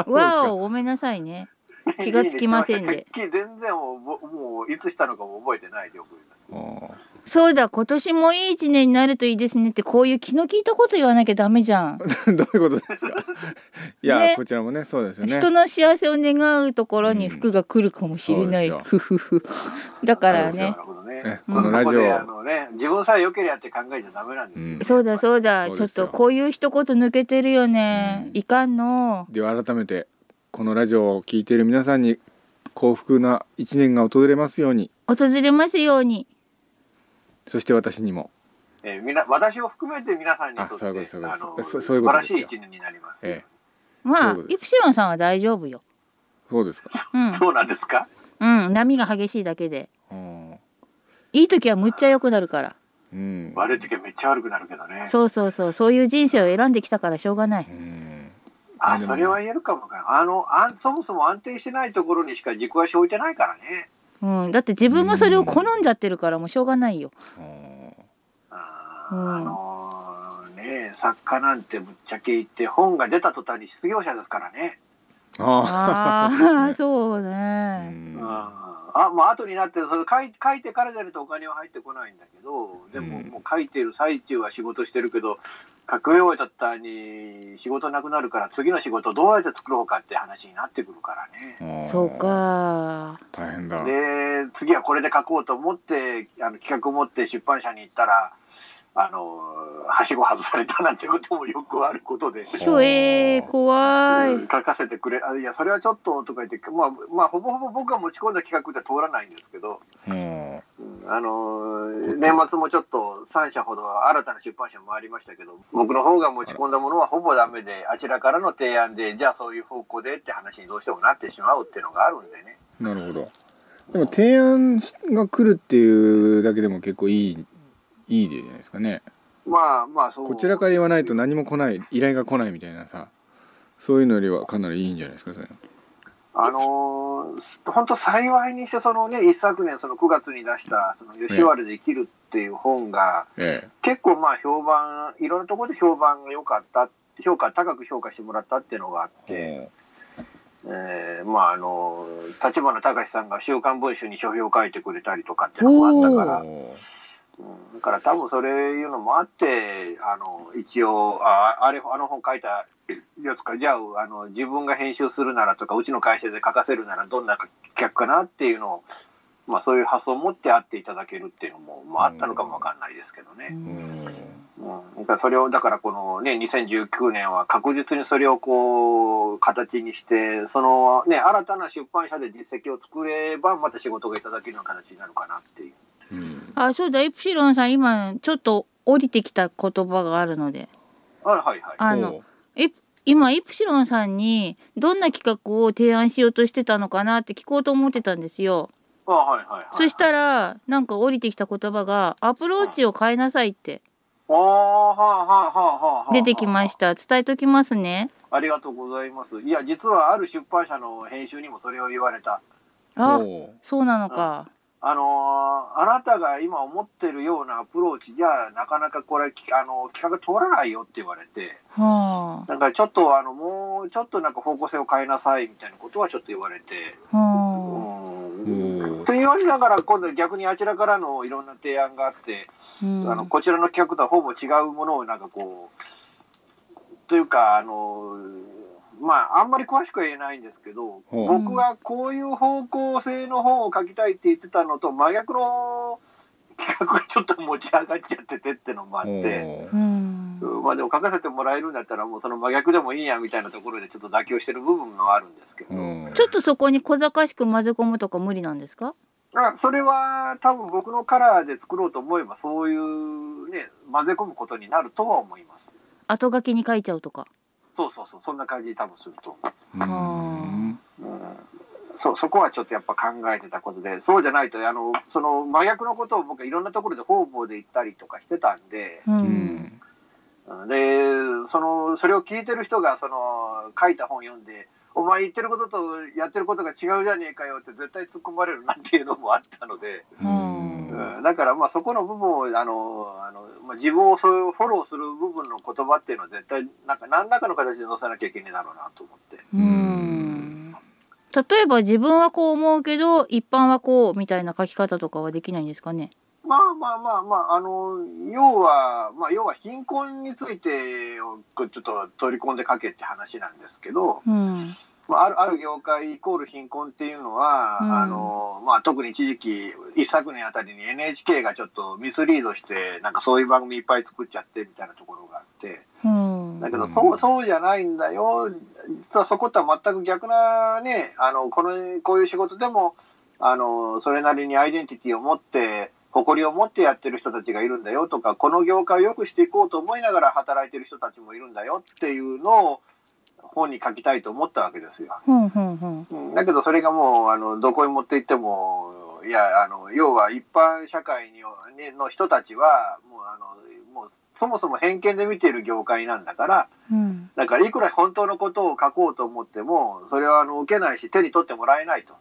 わお、ごめんなさいね。気がつきませんで。 全然もういつしたのかも覚えてないで送ります。 そうだ、今年もいい一年になるといいですねって、こういう気の利いたこと言わなきゃダメじゃん。 どういうことですか？いや、こちらもね、そうですよね。 人の幸せを願うところに服が来るかもしれない。だからね。 このラジオ自分さえ良ければって考えちゃダメなんですよ。そうだ、ちょっとこういう一言抜けてるよね。いかんの。 では改めてこのラジオを聞いている皆さんに幸福な一年が訪れますように。そして私にも。 私を含めて皆さんにとって素晴らしい一年になります。 まあイプシロンさんは大丈夫よ。 そうですか。 そうなんですか。 波が激しいだけで。いい時はむっちゃ良くなるから。 悪い時はめっちゃ悪くなるけどね。 そういう人生を選んできたからしょうがない。 それは言えるかもかな。そもそも安定してないところにしか軸足置いてないからね。 だって自分がそれを好んじゃってるからもうしょうがないよ。 作家なんてぶっちゃけ言って本が出た途端に失業者ですからね。 そうね。 後になってそれ書いてからじゃないとお金は入ってこないんだけど、でももう書いてる最中は仕事してるけど、書き終えた途端に仕事なくなるから次の仕事どうやって作ろうかって話になってくるからね。 そうか。 大変だ。 で次はこれで書こうと思って企画を持って出版社に行ったらはしご外されたなんてこともよくあることで。 怖い。 書かせてくれ。いやそれはちょっととか言って、まあほぼほぼ僕が持ち込んだ企画では通らないんですけど、年末もちょっと3社ほど新たな出版社もありましたけど、僕の方が持ち込んだものはほぼダメで、あちらからの提案でじゃあそういう方向でって話にどうしてもなってしまうっていうのがあるんでね。 なるほど。でも提案が来るっていうだけでも結構いいじゃないですかね。 そう。 こちらから言わないと何も来ない、依頼が来ないみたいなさ、そういうのよりはかなりいいんじゃないですか、それ。 本当幸いにして一昨年9月に出した吉原で生きるっていう本が、結構評判、いろんなところで評判が良かった、高く評価してもらったっていうのがあって、立花隆さんが週刊文春に書評を書いてくれたりとかっていうのがあったから。 だから多分それいうのもあって一応あの本書いたやつか、じゃあ自分が編集するならとかうちの会社で書かせるならどんな企画かなっていうのを、まあ、そういう発想を持って会っていただけるっていうのも、まあ、あったのかもわかんないですけどね。だからそれをだからこのね2019年は確実にそれをこう形にしてそのね新たな出版社で実績を作ればまた仕事がいただけるような形になるかなっていう。 あ、そうだ、イプシロンさん今ちょっと降りてきた言葉があるので、今イプシロンさんにどんな企画を提案しようとしてたのかなって聞こうと思ってたんですよ。そしたらなんか降りてきた言葉がアプローチを変えなさいって出てきました。伝えときますね。 ありがとうございます。いや実はある出版社の編集にもそれを言われた。 あ、そうなのか。 あなたが今思ってるようなアプローチじゃなかなかこれ企画通らないよって言われて、なんかちょっともうちょっとなんか方向性を変えなさいみたいなことはちょっと言われて、と言われながら今度逆にあちらからのいろんな提案があって、こちらの企画とはほぼ違うものをなんかこうというかまああんまり詳しくは言えないんですけど、僕がこういう方向性の本を書きたいって言ってたのと真逆の企画がちょっと持ち上がっちゃっててってのもあって、まあでも書かせてもらえるんだったらもうその真逆でもいいやみたいなところでちょっと妥協してる部分があるんですけど、 ちょっとそこに小賢しく混ぜ込むとか無理なんですか？ それは多分僕のカラーで作ろうと思えばそういうね混ぜ込むことになるとは思います。 後書きに書いちゃうとか。 そうそんな感じに多分すると。そこはちょっとやっぱ考えてたことで、そうじゃないとその真逆のことを僕はいろんなところで方々で言ったりとかしてたんで、でそれを聞いてる人が書いた本読んでお前言ってることとやってることが違うじゃねえかよって絶対突っ込まれるなっていうのもあったので、だからまあそこの部分を自分をそういうフォローする部分の言葉っていうのは絶対何らかの形で載せなきゃいけないだろうなと思って。 例えば自分はこう思うけど一般はこうみたいな書き方とかはできないんですかね？ 要は貧困についてをちょっと取り込んで書けって話なんですけど、ある業界イコール貧困っていうのは、特に一時期一昨年あたりに NHK がちょっとミスリードしてなんかそういう番組いっぱい作っちゃってみたいなところがあって、だけどそうじゃないんだよ。実はそことは全く逆なね、こういう仕事でもそれなりにアイデンティティを持って誇りを持ってやってる人たちがいるんだよとか、この業界を良くしていこうと思いながら働いてる人たちもいるんだよっていうのを本に書きたいと思ったわけですよ。だけどそれがもうどこに持って行っても要は一般社会の人たちはもうそもそも偏見で見ている業界なんだから、だからいくら本当のことを書こうと思ってもそれは受けないし手に取ってもらえないと。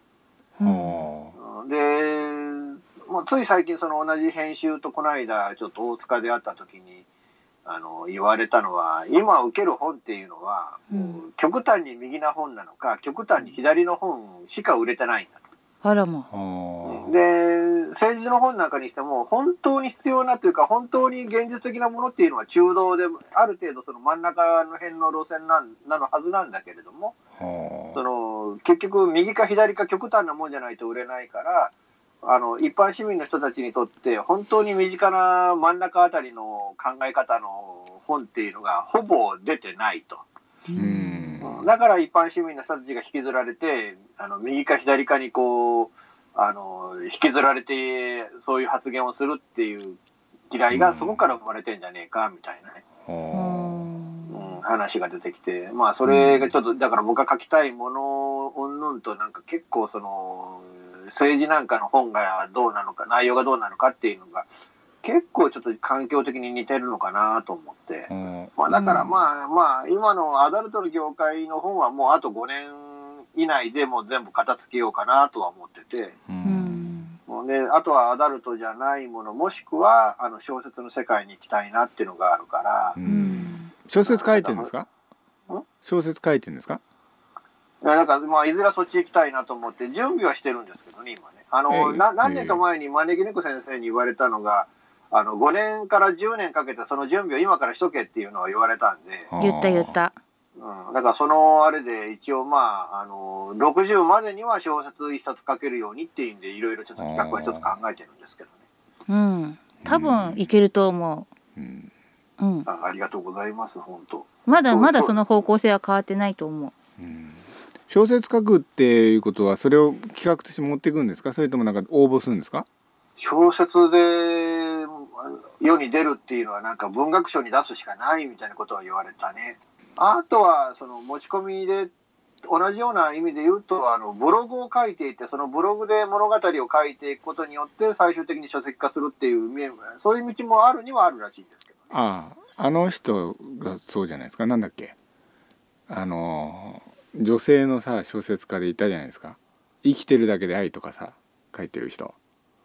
でもうつい最近その同じ編集とこの間ちょっと大塚で会った時に言われたのは、今受ける本っていうのは、極端に右な本なのか極端に左の本しか売れてないんだと。 あらま。 で政治の本なんかにしても本当に必要なというか本当に現実的なものっていうのは中道である程度その真ん中の辺の路線なのはずなんだけれども、結局右か左か極端なもんじゃないと売れないから、一般市民の人たちにとって本当に身近な真ん中あたりの考え方の本っていうのがほぼ出てないと。だから一般市民の人たちが引きずられて右か左かにこう引きずられてそういう発言をするっていう嫌いがそこから生まれてんじゃねえかみたいなね、話が出てきて、まあそれがちょっとだから僕が書きたいものうんぬんとなんか結構政治なんかの本がどうなのか内容がどうなのかっていうのが結構ちょっと環境的に似てるのかなと思って、だからまあ今のアダルトの業界の本はもうあと5年以内でもう全部片付けようかなとは思ってて、であとはアダルトじゃないものもしくは小説の世界に行きたいなっていうのがあるから。 小説書いてるんですか？小説書いてるんですか？ だからまあいずれそっち行きたいなと思って準備はしてるんですけどね今ね。何年か前に招き猫先生に言われたのが 5年から10年かけてその準備を今からしとけっていうのは言われたんで。 言った。 だからそのあれで一応60までには小説一冊書けるようにっていうんで、いろいろちょっと企画はちょっと考えてるんですけどね。 多分いけると思う。 ありがとうございます、本当。 まだその方向性は変わってないと思う。 小説書くっていうことはそれを企画として持っていくんですか、それともなんか応募するんですか？ 小説で世に出るっていうのはなんか文学賞に出すしかないみたいなことは言われたね。あとはその持ち込みで同じような意味で言うとブログを書いていて、そのブログで物語を書いていくことによって最終的に書籍化するっていうそういう道もあるにはあるらしいんですけどね。 あの人がそうじゃないですか。なんだっけ、女性のさ小説家でいたじゃないですか。生きてるだけで愛とかさ書いてる人。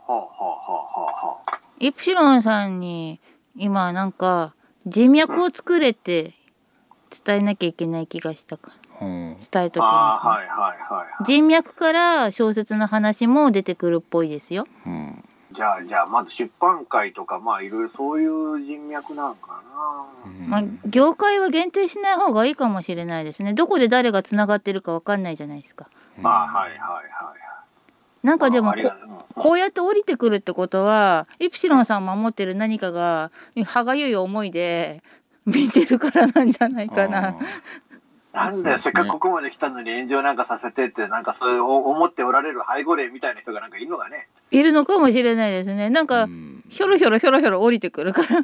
イプシロンさんに今なんか人脈を作れって伝えなきゃいけない気がしたから、伝えときます、人脈から小説の話も出てくるっぽいですよ。 じゃあまず出版界とかいろいろそういう人脈なんかな。業界は限定しない方がいいかもしれないですね。どこで誰がつながってるかわかんないじゃないですか。なんかでもこうやって降りてくるってことはイプシロンさん守ってる何かが歯がゆい思いで見てるからなんじゃないかな。 なんでせっかくここまで来たのに炎上なんかさせてってなんかそういう思っておられる背後霊みたいな人がなんかいるのがね。 いるのかもしれないですね。なんかひょろひょろ降りてくるから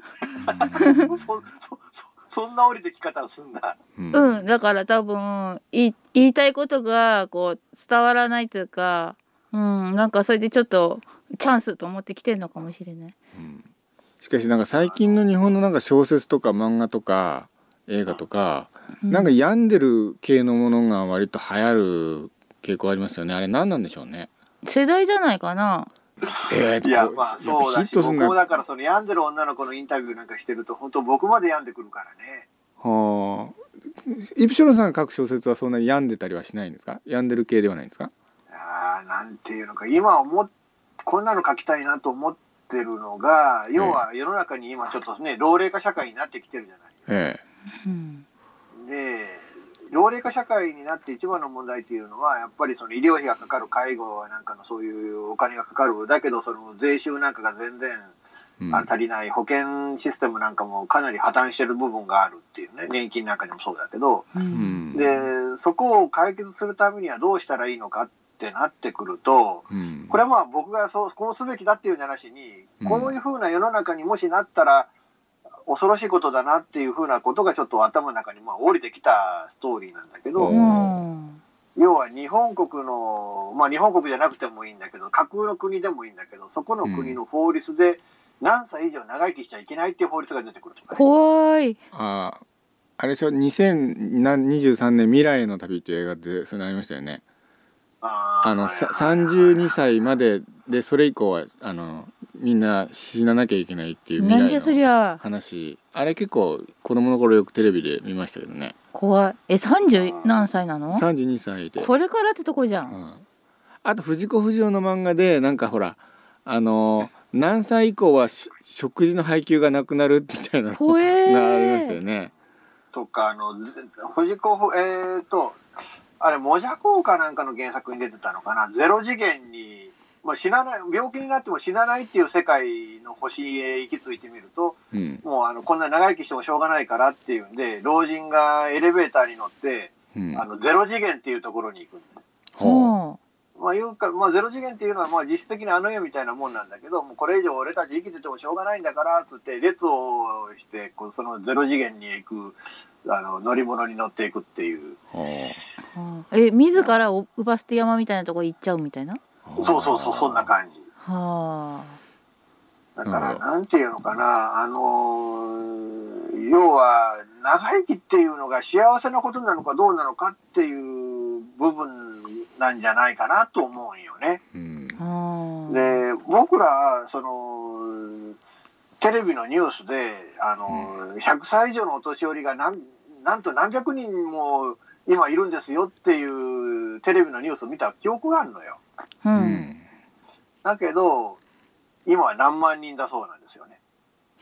そんな降りてき方をするんだ。 だから多分言いたいことがこう伝わらないというか、なんかそれでちょっとチャンスと思ってきてるのかもしれない。 しかしなんか最近の日本のなんか小説とか漫画とか映画とか、なんか病んでる系のものが割と流行る傾向ありますよね。あれ何なんでしょうね。 世代じゃないかな。 いやそうだし、僕もだからその病んでる女の子のインタビューなんかしてると本当僕まで病んでくるからね。 イプシロンさんが書く小説はそんなに病んでたりはしないんですか？病んでる系ではないんですか？ なんていうのか、今こんなの書きたいなと思ってるのが、要は世の中に今ちょっとね老齢化社会になってきてるじゃないですか。で老齢化社会になって一番の問題っていうのはやっぱりその医療費がかかる、介護なんかのそういうお金がかかる、だけどその税収なんかが全然足りない、保険システムなんかもかなり破綻してる部分があるっていうね、年金なんかでもそうだけど、でそこを解決するためにはどうしたらいいのかってなってくると、これは僕がこうすべきだっていうんじゃなしに、こういうふうな世の中にもしなったら恐ろしいことだなっていうふうなことがちょっと頭の中に降りてきたストーリーなんだけど、要は日本国の日本国じゃなくてもいいんだけど、架空の国でもいいんだけど、そこの国の法律で何歳以上長生きしちゃいけないっていう法律が出てくるとか、 怖い。 あれでしょ、2023年未来の旅っていう映画でそれありましたよね。32歳まででそれ以降はみんな死ななきゃいけないっていう未来の話、あれ結構子供の頃よくテレビで見ましたけどね。 怖い。30何歳なの ？32歳で。 これからってとこじゃん。 あと藤子不二雄の漫画でなんかほら何歳以降は食事の配給がなくなるみたいなのがありましたよね。 とか藤子あれモジャコウかなんかの原作に出てたのかな、0次元に、死なない、病気になっても死なないっていう世界の星へ行き着いてみると、もうこんな長生きしてもしょうがないからっていうんで、老人がエレベーターに乗って、0次元っていうところに行くんです。0次元っていうのは実質的な世みたいなもんなんだけど、もうこれ以上俺たち生きててもしょうがないんだからっつって列をしてその0次元に行く乗り物に乗っていくっていう。 自らウバステ山みたいなとこ行っちゃうみたいな。 そうそんな感じ。だからなんていうのかな、要は長生きっていうのが幸せなことなのかどうなのかっていう部分なんじゃないかなと思うんよね。で僕らテレビのニュースで100歳以上のお年寄りがなんと何百人も今いるんですよっていうテレビのニュースを見た記憶があるのよ。だけど今は何万人だそうなんですよね。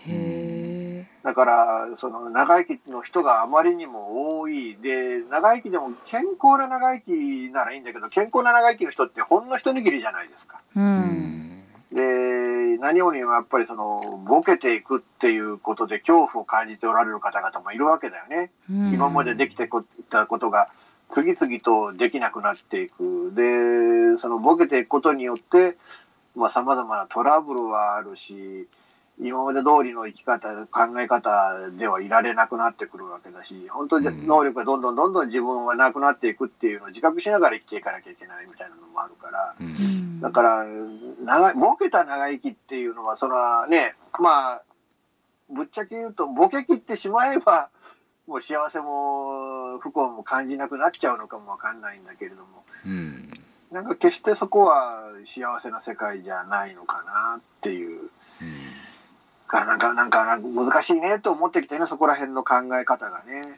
だからその長生きの人があまりにも多いで、長生きでも健康な長生きならいいんだけど、健康な長生きの人ってほんの一握りじゃないですか。で何よりもやっぱりそのボケていくっていうことで恐怖を感じておられる方々もいるわけだよね。今までできていたことが次々とできなくなっていく。でそのボケていくことによってさまざまなトラブルはあるし、今まで通りの生き方考え方ではいられなくなってくるわけだし、本当に能力がどんどん自分はなくなっていくっていうのを自覚しながら生きていかなきゃいけないみたいなのもあるから、だからボケた長生きっていうのはそれはね、ぶっちゃけ言うとボケ切ってしまえばもう幸せも不幸も感じなくなっちゃうのかもわかんないんだけれども、なんか決してそこは幸せな世界じゃないのかなっていう、なんか難しいねと思ってきてね、そこら辺の考え方がね。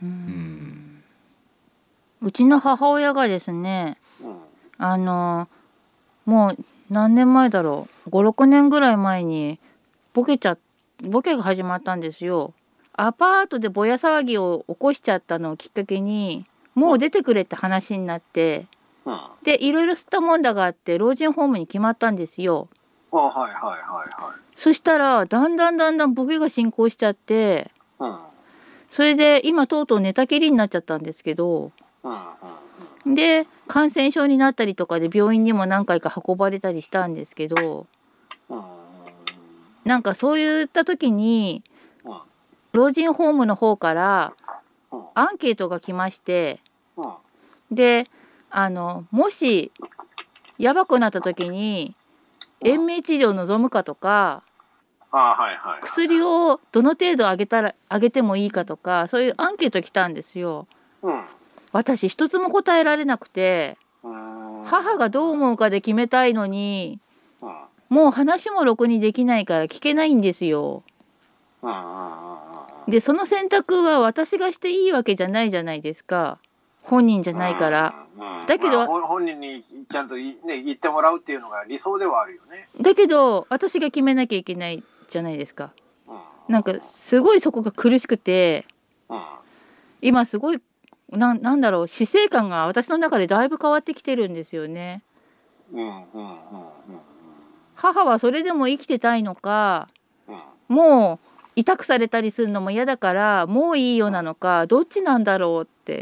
うちの母親がですね、もう何年前だろう、5、6年ぐらい前にボケが始まったんですよ。アパートでぼや騒ぎを起こしちゃったのをきっかけに、もう出てくれって話になって、でいろいろ吸ったもんだがあって老人ホームに決まったんですよ。そしたらだんだんボケが進行しちゃって、それで今とうとう寝たきりになっちゃったんですけど、で感染症になったりとかで病院にも何回か運ばれたりしたんですけど、なんかそういった時に老人ホームの方からアンケートが来まして、でもしやばくなった時に延命治療を望むかとか、薬をどの程度あげてもいいかとか、そういうアンケート来たんですよ。私一つも答えられなくて、母がどう思うかで決めたいのに、もう話もろくにできないから聞けないんですよ。でその選択は私がしていいわけじゃないじゃないですか、本人じゃないから。だけど、 本人にちゃんと、言ってもらうっていうのが理想ではあるよね。 だけど私が決めなきゃいけないじゃないですか。なんかすごいそこが苦しくて、今すごいなんだろう、死生観が私の中でだいぶ変わってきてるんですよね。母はそれでも生きてたいのか、もう痛くされたりするのも嫌だからもういいよなのか、どっちなんだろうって。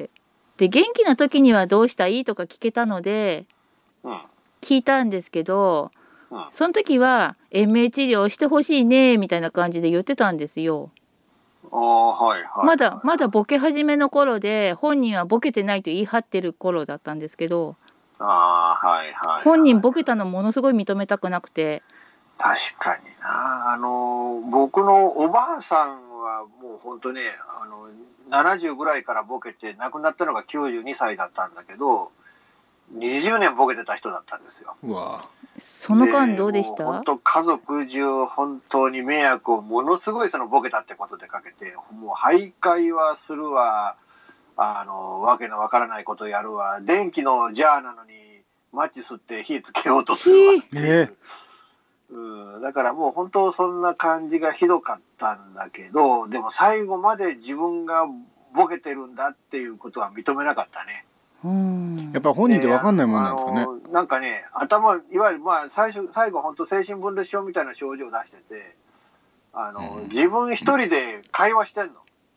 で元気な時にはどうしたいとか聞けたので聞いたんですけど、その時は延命治療してほしいねみたいな感じで言ってたんですよ。まだボケ始めの頃で、本人はボケてないと言い張ってる頃だったんですけど、本人ボケたのものすごい認めたくなくて。 確かにな、僕のおばあさんはもう本当ね、70ぐらいからボケて亡くなったのが92歳だったんだけど、20年ボケてた人だったんですよ。 その間どうでした？ 本当家族中本当に迷惑をものすごいそのボケたってことでかけて、もう徘徊はするわ、わけのわからないことやるわ、電気のジャーなのにマッチ吸って火つけようとするわっていう、だからもう本当そんな感じがひどかったんだけど、でも最後まで自分がボケてるんだっていうことは認めなかったね。 やっぱ本人って分かんないもんなんですかね。 なんかね、いわゆる最後本当精神分裂症みたいな症状を出してて、自分一人で会話してんの。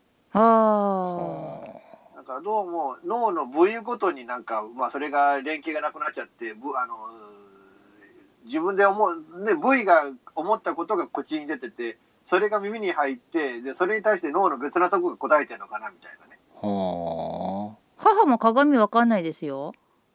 だからどうも脳の部位ごとになんか、それが連携がなくなっちゃって、自分で部位が思ったことが口に出てて、それが耳に入って、でそれに対して脳の別なところが答えてるのかなみたいなね。 母も鏡わかんないですよ。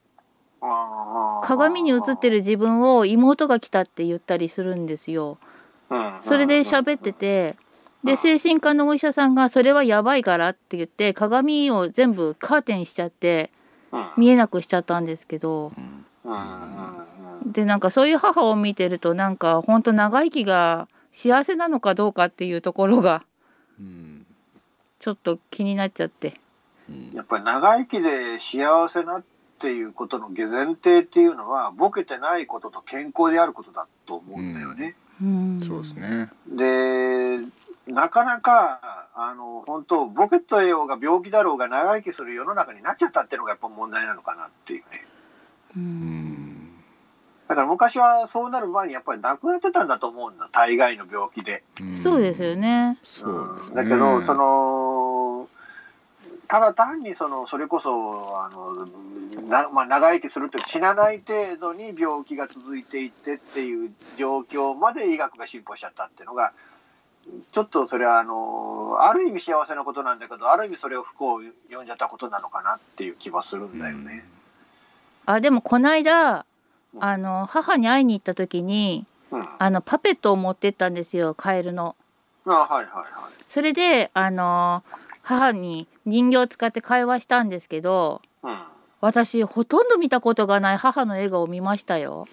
鏡に映ってる自分を妹が来たって言ったりするんですよ。それで喋ってて、で精神科のお医者さんがそれはやばいからって言って鏡を全部カーテンしちゃって見えなくしちゃったんですけど、でなんかそういう母を見てると、なんか本当長生きが幸せなのかどうかっていうところがちょっと気になっちゃって。 やっぱり長生きで幸せなっていうことの前提っていうのは、ボケてないことと健康であることだと思うんだよね。 そうですね。 でなかなか本当ボケとようが病気だろうが長生きする世の中になっちゃったっていうのがやっぱ問題なのかなっていうね。だから昔はそうなる前にやっぱり亡くなってたんだと思うんだ、大概の病気で。 そうですよね。 だけどただ単にそれこそ長生きするって死なない程度に病気が続いていってっていう状況まで医学が進歩しちゃったっていうのがちょっとそれはある意味幸せなことなんだけど、ある意味それを不幸を呼んじゃったことなのかなっていう気はするんだよね。 でもこの間母に会いに行った時に、パペットを持ってったんですよ、カエルの。それで母に人形を使って会話したんですけど、私ほとんど見たことがない母の笑顔を見ましたよ。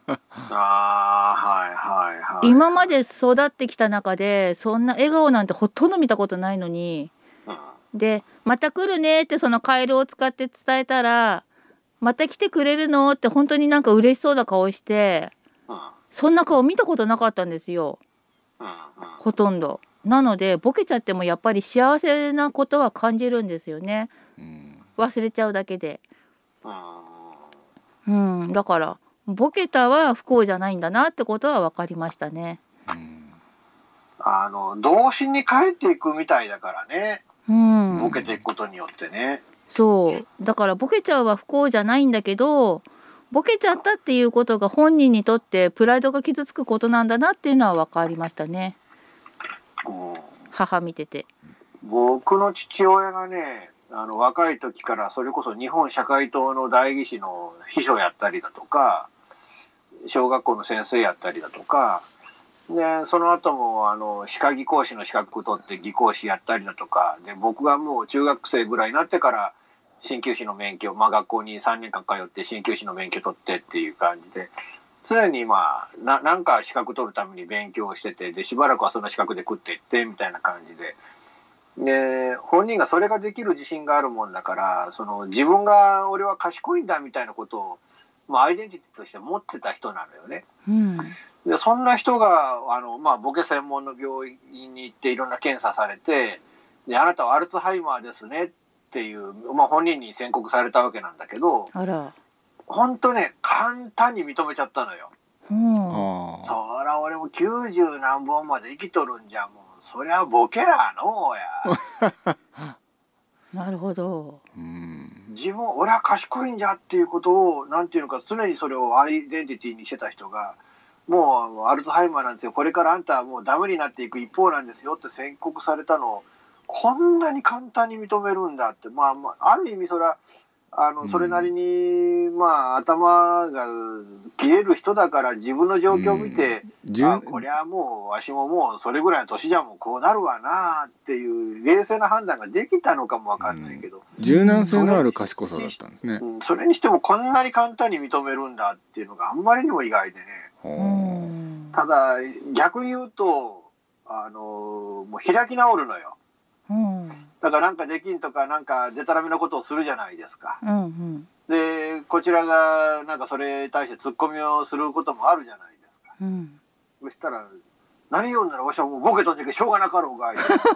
今まで育ってきた中でそんな笑顔なんてほとんど見たことないのに、でまた来るねってそのカエルを使って伝えたら、また来てくれるのって本当になんか嬉しそうな顔して、そんな顔見たことなかったんですよ、ほとんど。なのでボケちゃってもやっぱり幸せなことは感じるんですよね、忘れちゃうだけで。だからボケたは不幸じゃないんだなってことは分かりましたね。 童心に帰っていくみたいだからね、ボケていくことによってね。 そうだからボケちゃうは不幸じゃないんだけど、ボケちゃったっていうことが本人にとってプライドが傷つくことなんだなっていうのは分かりましたね、母見てて。 僕の父親がね、若い時からそれこそ日本社会党の代議士の秘書やったりだとか、小学校の先生やったりだとかで、その後も歯科技工士の資格取って技工士やったりだとかで、僕がもう中学生ぐらいになってから鍼灸師の免許、学校に3年間通って鍼灸師の免許取ってっていう感じで、常になんか資格取るために勉強してて、でしばらくはその資格で食っていってみたいな感じで、本人がそれができる自信があるもんだから、自分が俺は賢いんだみたいなことを、アイデンティティとして持ってた人なのよね。でそんな人がボケ専門の病院に行っていろんな検査されて、であなたはアルツハイマーですねっていう、本人に宣告されたわけなんだけど、本当ね簡単に認めちゃったのよ。そら俺も90何本まで生きとるんじゃ、もうそりゃボケらのや。 なるほど。 俺は賢いんじゃっていうことをなんていうのか、常にそれをアイデンティティにしてた人が、もうアルツハイマーなんですよ、これからあんたはもうダメになっていく一方なんですよって宣告されたのをこんなに簡単に認めるんだって、ある意味それはそれなりに頭が切れる人だから、自分の状況を見て、こりゃもうわしももうそれぐらいの年じゃもうこうなるわなっていう冷静な判断ができたのかもわかんないけど、 柔軟性のある賢さだったんですね。 それにしてもこんなに簡単に認めるんだっていうのがあんまりにも意外でね。ただ逆に言うともう開き直るのよ。だからなんかできんとかなんかデタラメなことをするじゃないですか。でこちらがなんかそれに対してツッコミをすることもあるじゃないですか。そしたら何言うんならわしはもうボケとんじゃけしょうがなかろうが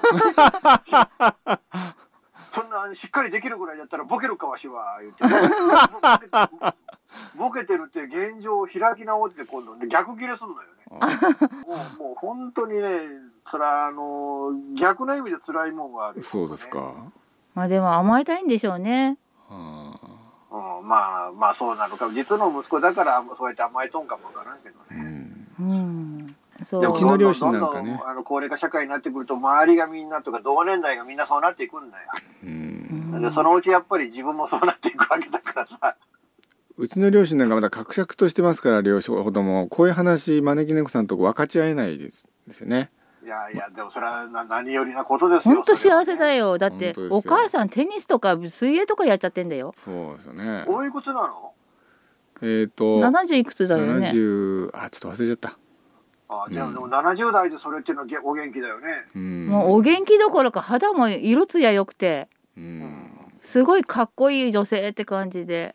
そんなしっかりできるぐらいだったらボケるかわしは言ってボケてるっていう現状を開き直って今度逆ギレするのよね。もう本当にね、それは逆の意味で辛いもんがある、ね。 そうですか。 でも甘えたいんでしょうね。 そうなのか、実の息子だからそうやって甘えとんかもわからんけどね。 うちの両親なんかね、 どんどん高齢化社会になってくると周りがみんなとか同年代がみんなそうなっていくんだよ。でそのうちやっぱり自分もそうなっていくわけだからさ。 うちの両親なんかまだ格尺としてますから、両親ほどもこういう話招き猫さんと分かち合えないですよね。 いやでもそれは何よりなことですよ。 本当幸せだよ。だってお母さんテニスとか水泳とかやっちゃってんだよ。 そうですよね。 おいくつなの ？70いくつだよね。 70、ちょっと忘れちゃった。 じゃあでも70代でそれっていうのはお元気だよね。 もうお元気どころか肌も色艶良くて、すごいかっこいい女性って感じで。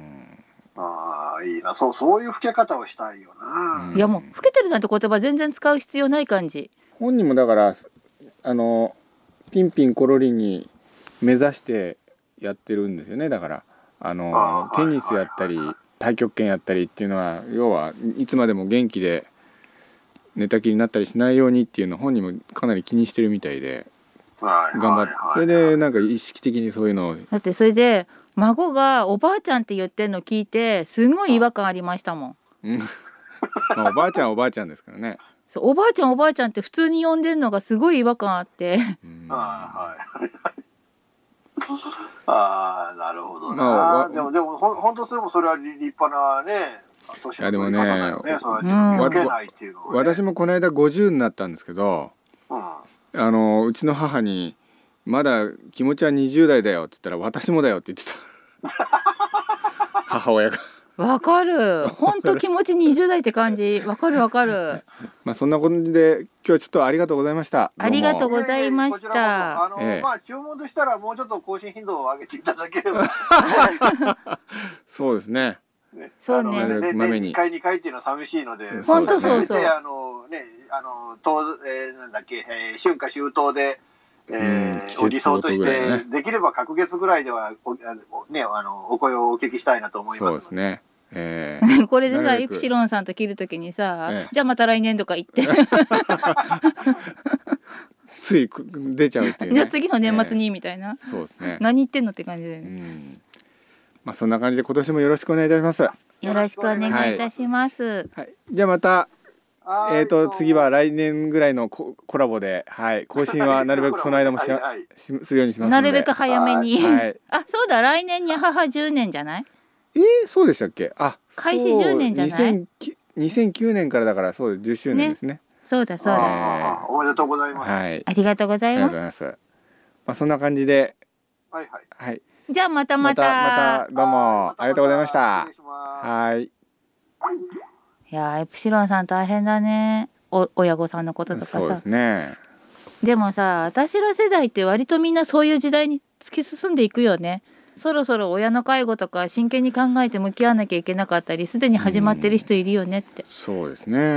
いいな、そういう老け方をしたいよな。 いやもう老けてるなんて言葉全然使う必要ない感じ。 本人もだからピンピンコロリンに目指してやってるんですよね。だからテニスやったり太極拳やったりっていうのは、要はいつまでも元気で寝たきりになったりしないようにっていうのを本人もかなり気にしてるみたいで、頑張って、それでなんか意識的にそういうのを。 だってそれで孫がおばあちゃんって言ってんの聞いてすごい違和感ありましたもん。 まあ、おばあちゃんはおばあちゃんですからね。 そう、おばあちゃんおばあちゃんって普通に呼んでるのがすごい違和感あって。 ああ、なるほどな。でも本当それは立派なね。 いやでもね、私もこの間50になったんですけど、うちの母にまだ気持ちは20代だよって言ったら、私もだよって言ってた。母親が。 わかる。本当気持ち20代って感じ。わかる。 まあそんなことで今日はちょっとありがとうございました。 ありがとうございました。 まあ注文としたらもうちょっと更新頻度を上げていただければ。 そうですね。 そうね。 1回2回っていうのは寂しいので。 本当そう。 なんだっけ、春夏秋冬で。理想としてできれば隔月ぐらいではお声をお聞きしたいなと思います。 そうですね。 これでさ、イプシロンさんと切るときにさ、じゃあまた来年とか言ってつい出ちゃうっていう、ね、 じゃあ次の年末にみたいな、 そうですね。 何言ってんのって感じでね。 まあそんな感じで今年もよろしくお願いいたします。 よろしくお願いいたします。 はい、じゃあまた次は来年ぐらいのコラボで、更新はなるべくその間もするようにしますので、 なるべく早めに。あ、そうだ、来年に母10年じゃない？ そうでしたっけ？ 開始10年じゃない？ 2009年からだから、そうです、10周年ですね。 そうだ。 おめでとうございます。 ありがとうございます。 まあそんな感じで、 じゃあまたどうもありがとうございました。 いやエプシロンさん大変だね。親御さんのこととかさ。 そうですね。 でもさ、私ら世代って割とみんなそういう時代に突き進んでいくよね。そろそろ親の介護とか真剣に考えて向き合わなきゃいけなかったり、すでに始まってる人いるよねって。 そうですね。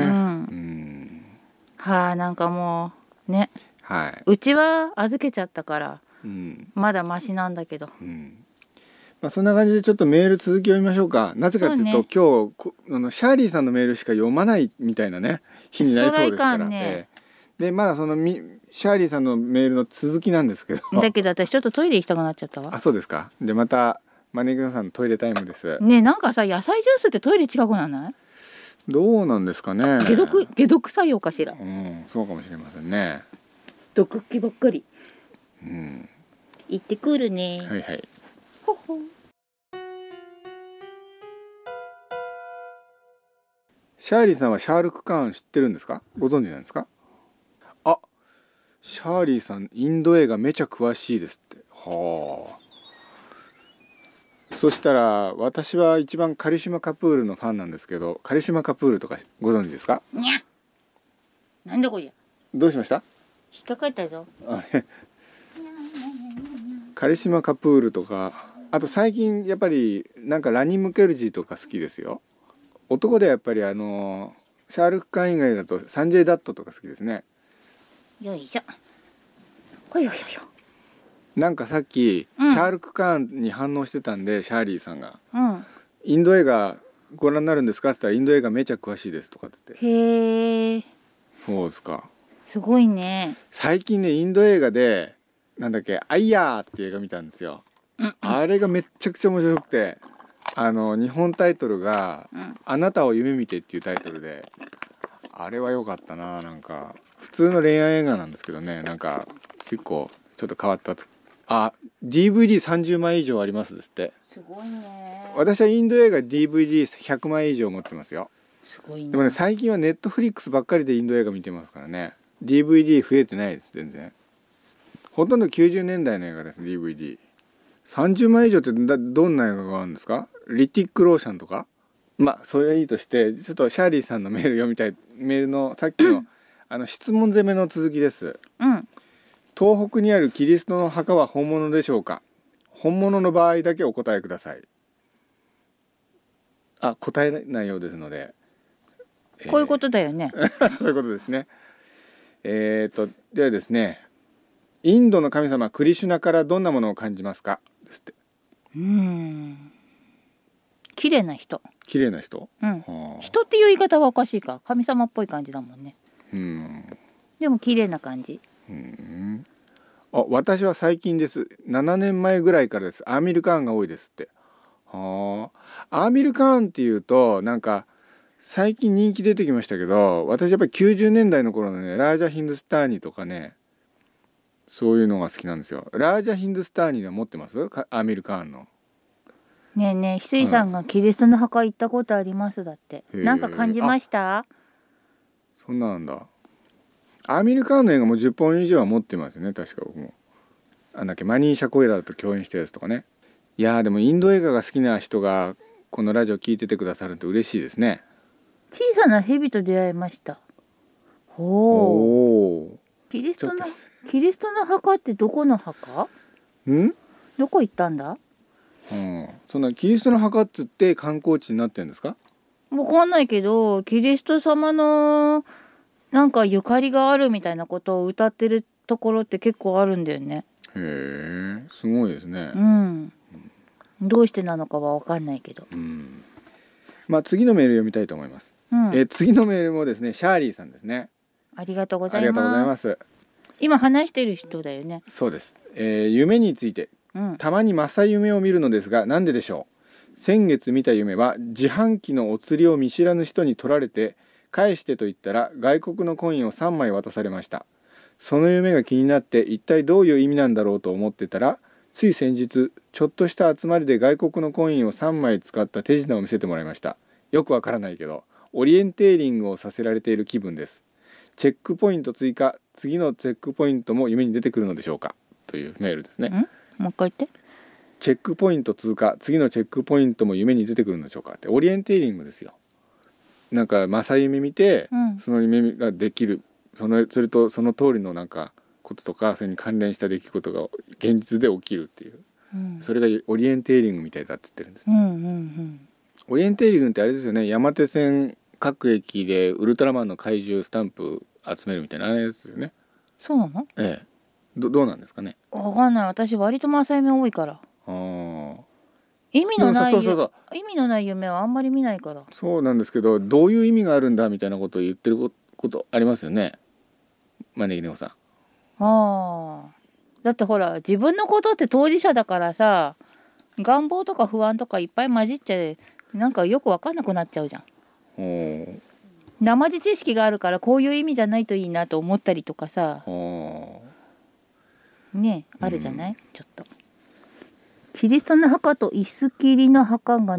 なんかもうね、うちは預けちゃったから、まだマシなんだけど。 まあそんな感じでちょっとメール続き読みましょうか。なぜかというと、今日シャーリーさんのメールしか読まないみたいなね日になりそうですから。でまだそのシャーリーさんのメールの続きなんですけど。 だけど私ちょっとトイレ行きたくなっちゃったわ。 そうですか。でまた招きさんのトイレタイムです。 ね、なんかさ、野菜ジュースってトイレ近くならない？ どうなんですかね。 解毒作用かしら。 そうかもしれませんね。 毒気ばっかり。行ってくるね。ほほ。 シャーリーさんはシャールク・カーン知ってるんですか？ご存知なんですか？シャーリーさんインド映画めちゃ詳しいですって。そしたら私は一番カリシュマ・カプールのファンなんですけど、カリシュマ・カプールとかご存知ですか？ にゃ。なんだこりゃ。 どうしました？ 引っかかったぞ。 カリシュマ・カプールとか、あと最近やっぱりなんかラニ・ムケルジーとか好きですよ。男でやっぱりシャールク・カーン以外だとサンジェイ・ダットとか好きですね。 よいしょ。ほよよよ。 なんかさっき、シャールク・カーンに反応してたんで、シャーリーさんが、インド映画ご覧になるんですかって言ったら、インド映画めちゃ詳しいですとかって言って。 へえ。 そうですか。 すごいね。 最近ね、インド映画でなんだっけ、アイヤーっていう映画見たんですよ。あれがめっちゃくちゃ面白くて、日本タイトルが、あなたを夢見てっていうタイトルで、あれは良かったな。なんか普通の恋愛映画なんですけどね、なんか結構ちょっと変わった。DVD30 枚以上ありますですって。 すごいね。 私はインド映画 DVD100 枚以上持ってますよ。 すごいね。 でもね、最近はネットフリックスばっかりでインド映画見てますからね。DVD 増えてないです。全然。ほとんど90年代の映画です。 DVD30 枚以上ってどんな映画があるんですか？リティック・ローシャンとか。まあそれはいいとして、ちょっとシャーリーさんのメール読みたい。メールのさっきの質問攻めの続きです。東北にあるキリストの墓は本物でしょうか？本物の場合だけお答えください。答えないようですので、 こういうことだよね。 そういうことですね。ではですね、 インドの神様クリシュナからどんなものを感じますかですって。 綺麗な人。 綺麗な人、 人っていう言い方はおかしいか、神様っぽい感じだもんね。でも綺麗な感じ。 私は最近です。7年前ぐらいからです。アーミルカーンが多いですって。アーミルカーンっていうとなんか最近人気出てきましたけど、私やっぱり90年代の頃のねラージャ・ヒンドゥスターニとかね、そういうのが好きなんですよ。ラージャ・ヒンドゥスターニは持ってます？アーミルカーンの。 ねえねえ、翡翠さんがキリストの墓行ったことありますだって。なんか感じました？ そんなんだ。アーミルカーンの映画も10本以上は持ってますよね、確か僕も。マニー・シャコイラーと共演したやつとかね。いやーでもインド映画が好きな人がこのラジオ聞いててくださると嬉しいですね。 小さな蛇と出会いました。おお。キリストの墓ってどこの墓？どこ行ったんだ？ そんなキリストの墓っつって観光地になってるんですか？ わかんないけど、キリスト様のなんかゆかりがあるみたいなことを歌ってるところって結構あるんだよね。 へえ、すごいですね。 どうしてなのかはわかんないけど。 次のメール読みたいと思います。次のメールもですね、シャーリーさんですね。 ありがとうございます。今話してる人だよね。 そうです。夢について、たまに正夢を見るのですが、なんででしょう。先月見た夢は自販機のお釣りを見知らぬ人に取られて、返してと言ったら外国のコインを3枚渡されました。その夢が気になって一体どういう意味なんだろうと思ってたら、つい先日ちょっとした集まりで外国のコインを3枚使った手品を見せてもらいました。よくわからないけどオリエンテーリングをさせられている気分です。チェックポイント追加、次のチェックポイントも夢に出てくるのでしょうか、というメールですね。 もう一回言って。 チェックポイント通過、次のチェックポイントも夢に出てくるのでしょうかって。オリエンテーリングですよ。なんか正夢見て、その夢ができる、それとその通りのなんかこととか、それに関連した出来事が現実で起きるっていう、それがオリエンテーリングみたいだって言ってるんです、オリエンテーリングってあれですよね、山手線各駅でウルトラマンの怪獣スタンプ集めるみたいなあれですよね。 そうなの？ どうなんですかね。 わかんない。私割と正夢多いから。意味のない夢はあんまり見ないから。 そうなんですけど、どういう意味があるんだみたいなことを言ってることありますよね、招き猫さん。 だってほら、自分のことって当事者だからさ、願望とか不安とかいっぱい混じっちゃう、なんかよく分かんなくなっちゃうじゃん。生地知識があるからこういう意味じゃないといいなと思ったりとかさ、ね、あるじゃない、ちょっと。キリストの墓と石切りの墓が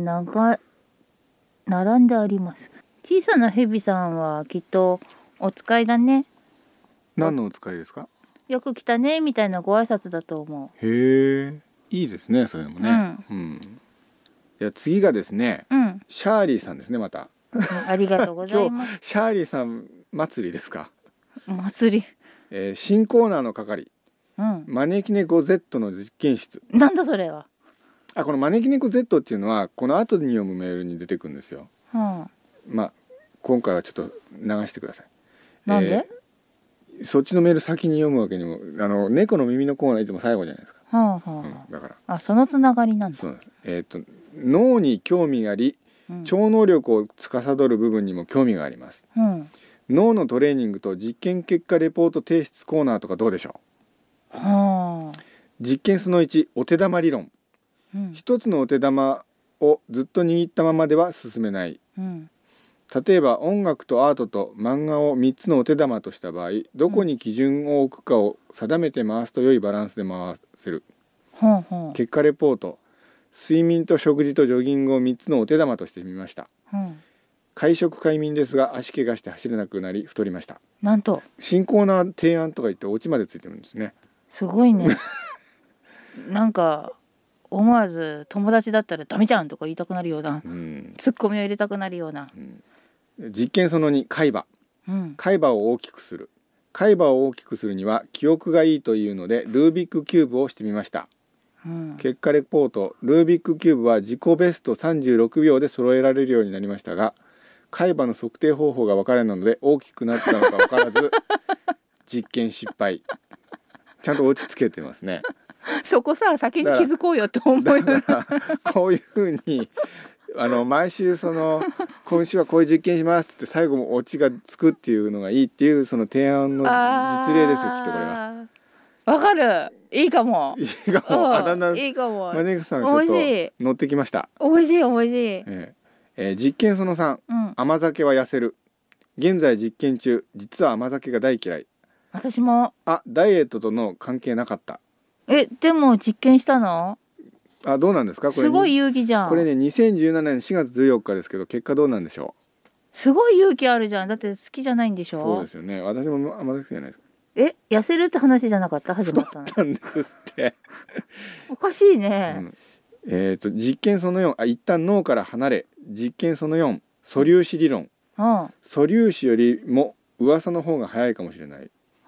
並んであります。小さな蛇さんはきっとお使いだね。 何のお使いですか？ よく来たねみたいなご挨拶だと思う。へえ、いいですね、そういうのもね。じゃあ次がですね、シャーリーさんですね、また。 ありがとうございます。 シャーリーさん祭りですか？ 祭り。新コーナーの係。招き猫 Z の実験室。 なんだそれは。 この招き猫 Z っていうのはこの後に読むメールに出てくるんですよ。今回はちょっと流してください。 なんで？ そっちのメール先に読むわけにも、猫の耳のコーナーいつも最後じゃないですか。だからそのつながりなんだ。 そうなんです。脳に興味があり、超能力を司る部分にも興味があります。脳のトレーニングと実験結果レポート提出コーナーとかどうでしょう？実験その1、お手玉理論。一つのお手玉をずっと握ったままでは進めない。例えば音楽とアートと漫画を3つのお手玉とした場合、どこに基準を置くかを定めて回すと良いバランスで回せる。結果レポート。睡眠と食事とジョギングを3つのお手玉としてみました。快食快眠ですが足怪我して走れなくなり太りました。 なんと新コーナー提案とか言ってオチまでついてるんですね。 すごいね。なんか思わず友達だったらダメじゃんとか言いたくなるような、ツッコミを入れたくなるような。 実験その2、海馬。海馬を大きくする。海馬を大きくするには記憶がいいというのでルービックキューブをしてみました。結果レポート。ルービックキューブは自己ベスト36秒で揃えられるようになりましたが、海馬の測定方法が分からないので大きくなったのか分からず実験失敗。 ちゃんと落ち着けてますね。 そこさ先に気づこうよって思うよな。 こういうふうに毎週今週はこういう実験しますって最後もオチがつくっていうのがいいっていうその提案の実例ですよ、きっとこれは。 わかる。いいかも。 いいかも。だんだんいいかも。 マネクさんがちょっと乗ってきました。 おいしいおいしい。 実験その3、甘酒は痩せる。現在実験中。実は甘酒が大嫌い。 私も。 ダイエットとの関係なかった。 でも実験したの？ どうなんですかこれ。 すごい勇気じゃん。 これね2017年4月14日ですけど結果どうなんでしょう。すごい勇気あるじゃん。だって好きじゃないんでしょ。 そうですよね。私も甘酒じゃないです。 痩せるって話じゃなかった？始まったの。 太ったんですっておかしいね。 実験その4、一旦脳から離れ。実験その4、素粒子理論。素粒子よりも噂の方が早いかもしれない。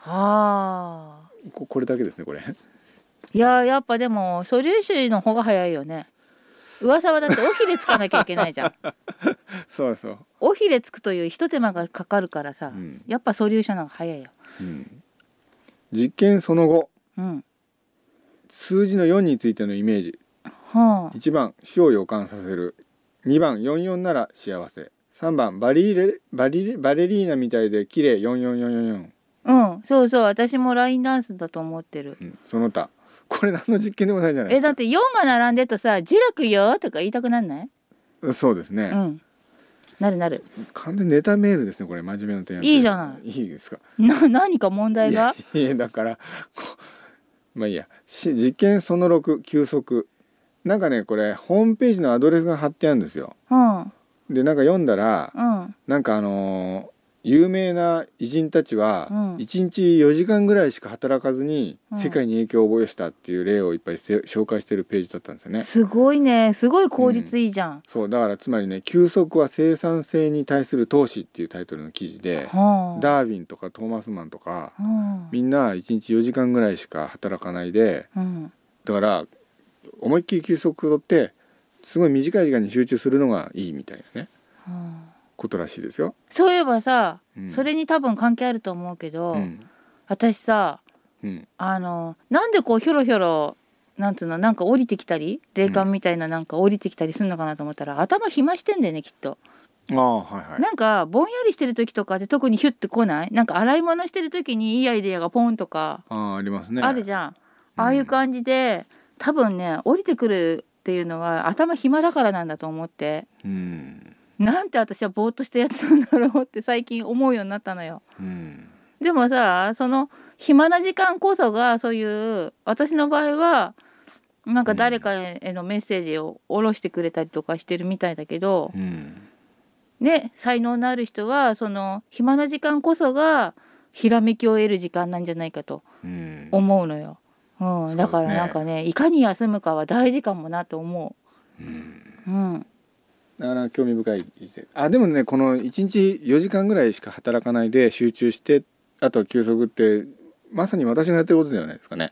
これだけですねこれ。 いややっぱでも素粒子の方が早いよね。噂はだって尾ひれつかなきゃいけないじゃん。 そうそう。 尾ひれつくという一手間がかかるからさ、やっぱ素粒子の方が早いよ。 実験その後、数字の4についてのイメージ。1番死を予感させる。2番44なら幸せ。3番バレリーナみたいで綺麗44444。 そうそう、私もラインダンスだと思ってる。 その他これ何の実験でもないじゃないですか。 だって4が並んでるとさ「ジラクよ」とか言いたくなんない？ そうですね。 なる。 完全にネタメールですねこれ。真面目な提案。 いいじゃない。 いいですか。 何か問題が？ いやだからまあいいや。実験その6、休息。なんかねこれホームページのアドレスが貼ってあるんですよ。でなんか読んだら、なんか有名な偉人たちは1日4時間ぐらいしか働かずに世界に影響を及ぼしたっていう例をいっぱい紹介してるページだったんですよね。 すごいね。すごい効率いいじゃん。 そうだからつまりね休息は生産性に対する投資っていうタイトルの記事で、ダーウィンとかトーマスマンとか、みんな1日4時間ぐらいしか働かないで、だから思いっきり休息を取ってすごい短い時間に集中するのがいいみたいなね、ことらしいですよ。 そういえばさ、それに多分関係あると思うけど、私さ、なんでこうひょろひょろなんつうのなんか降りてきたり霊感みたいななんか降りてきたりするのかなと思ったら、頭暇してんだよねきっと。なんかぼんやりしてる時とかで特にヒュッて来ない？なんか洗い物してる時にいいアイデアがポンとかありますね。 あるじゃん。ああいう感じで多分ね降りてくるっていうのは頭暇だからなんだと思って、なんて私はぼーっとしたやつなんだろうって最近思うようになったのよ。でもさその暇な時間こそがそういう私の場合はなんか誰かへのメッセージを下ろしてくれたりとかしてるみたいだけど、ね、才能のある人はその暇な時間こそがひらめきを得る時間なんじゃないかと思うのよ。だからなんかねいかに休むかは大事かもなと思う。 だから興味深いでもねこの1日4時間ぐらいしか働かないで集中してあと休息ってまさに私がやってることではないですかね。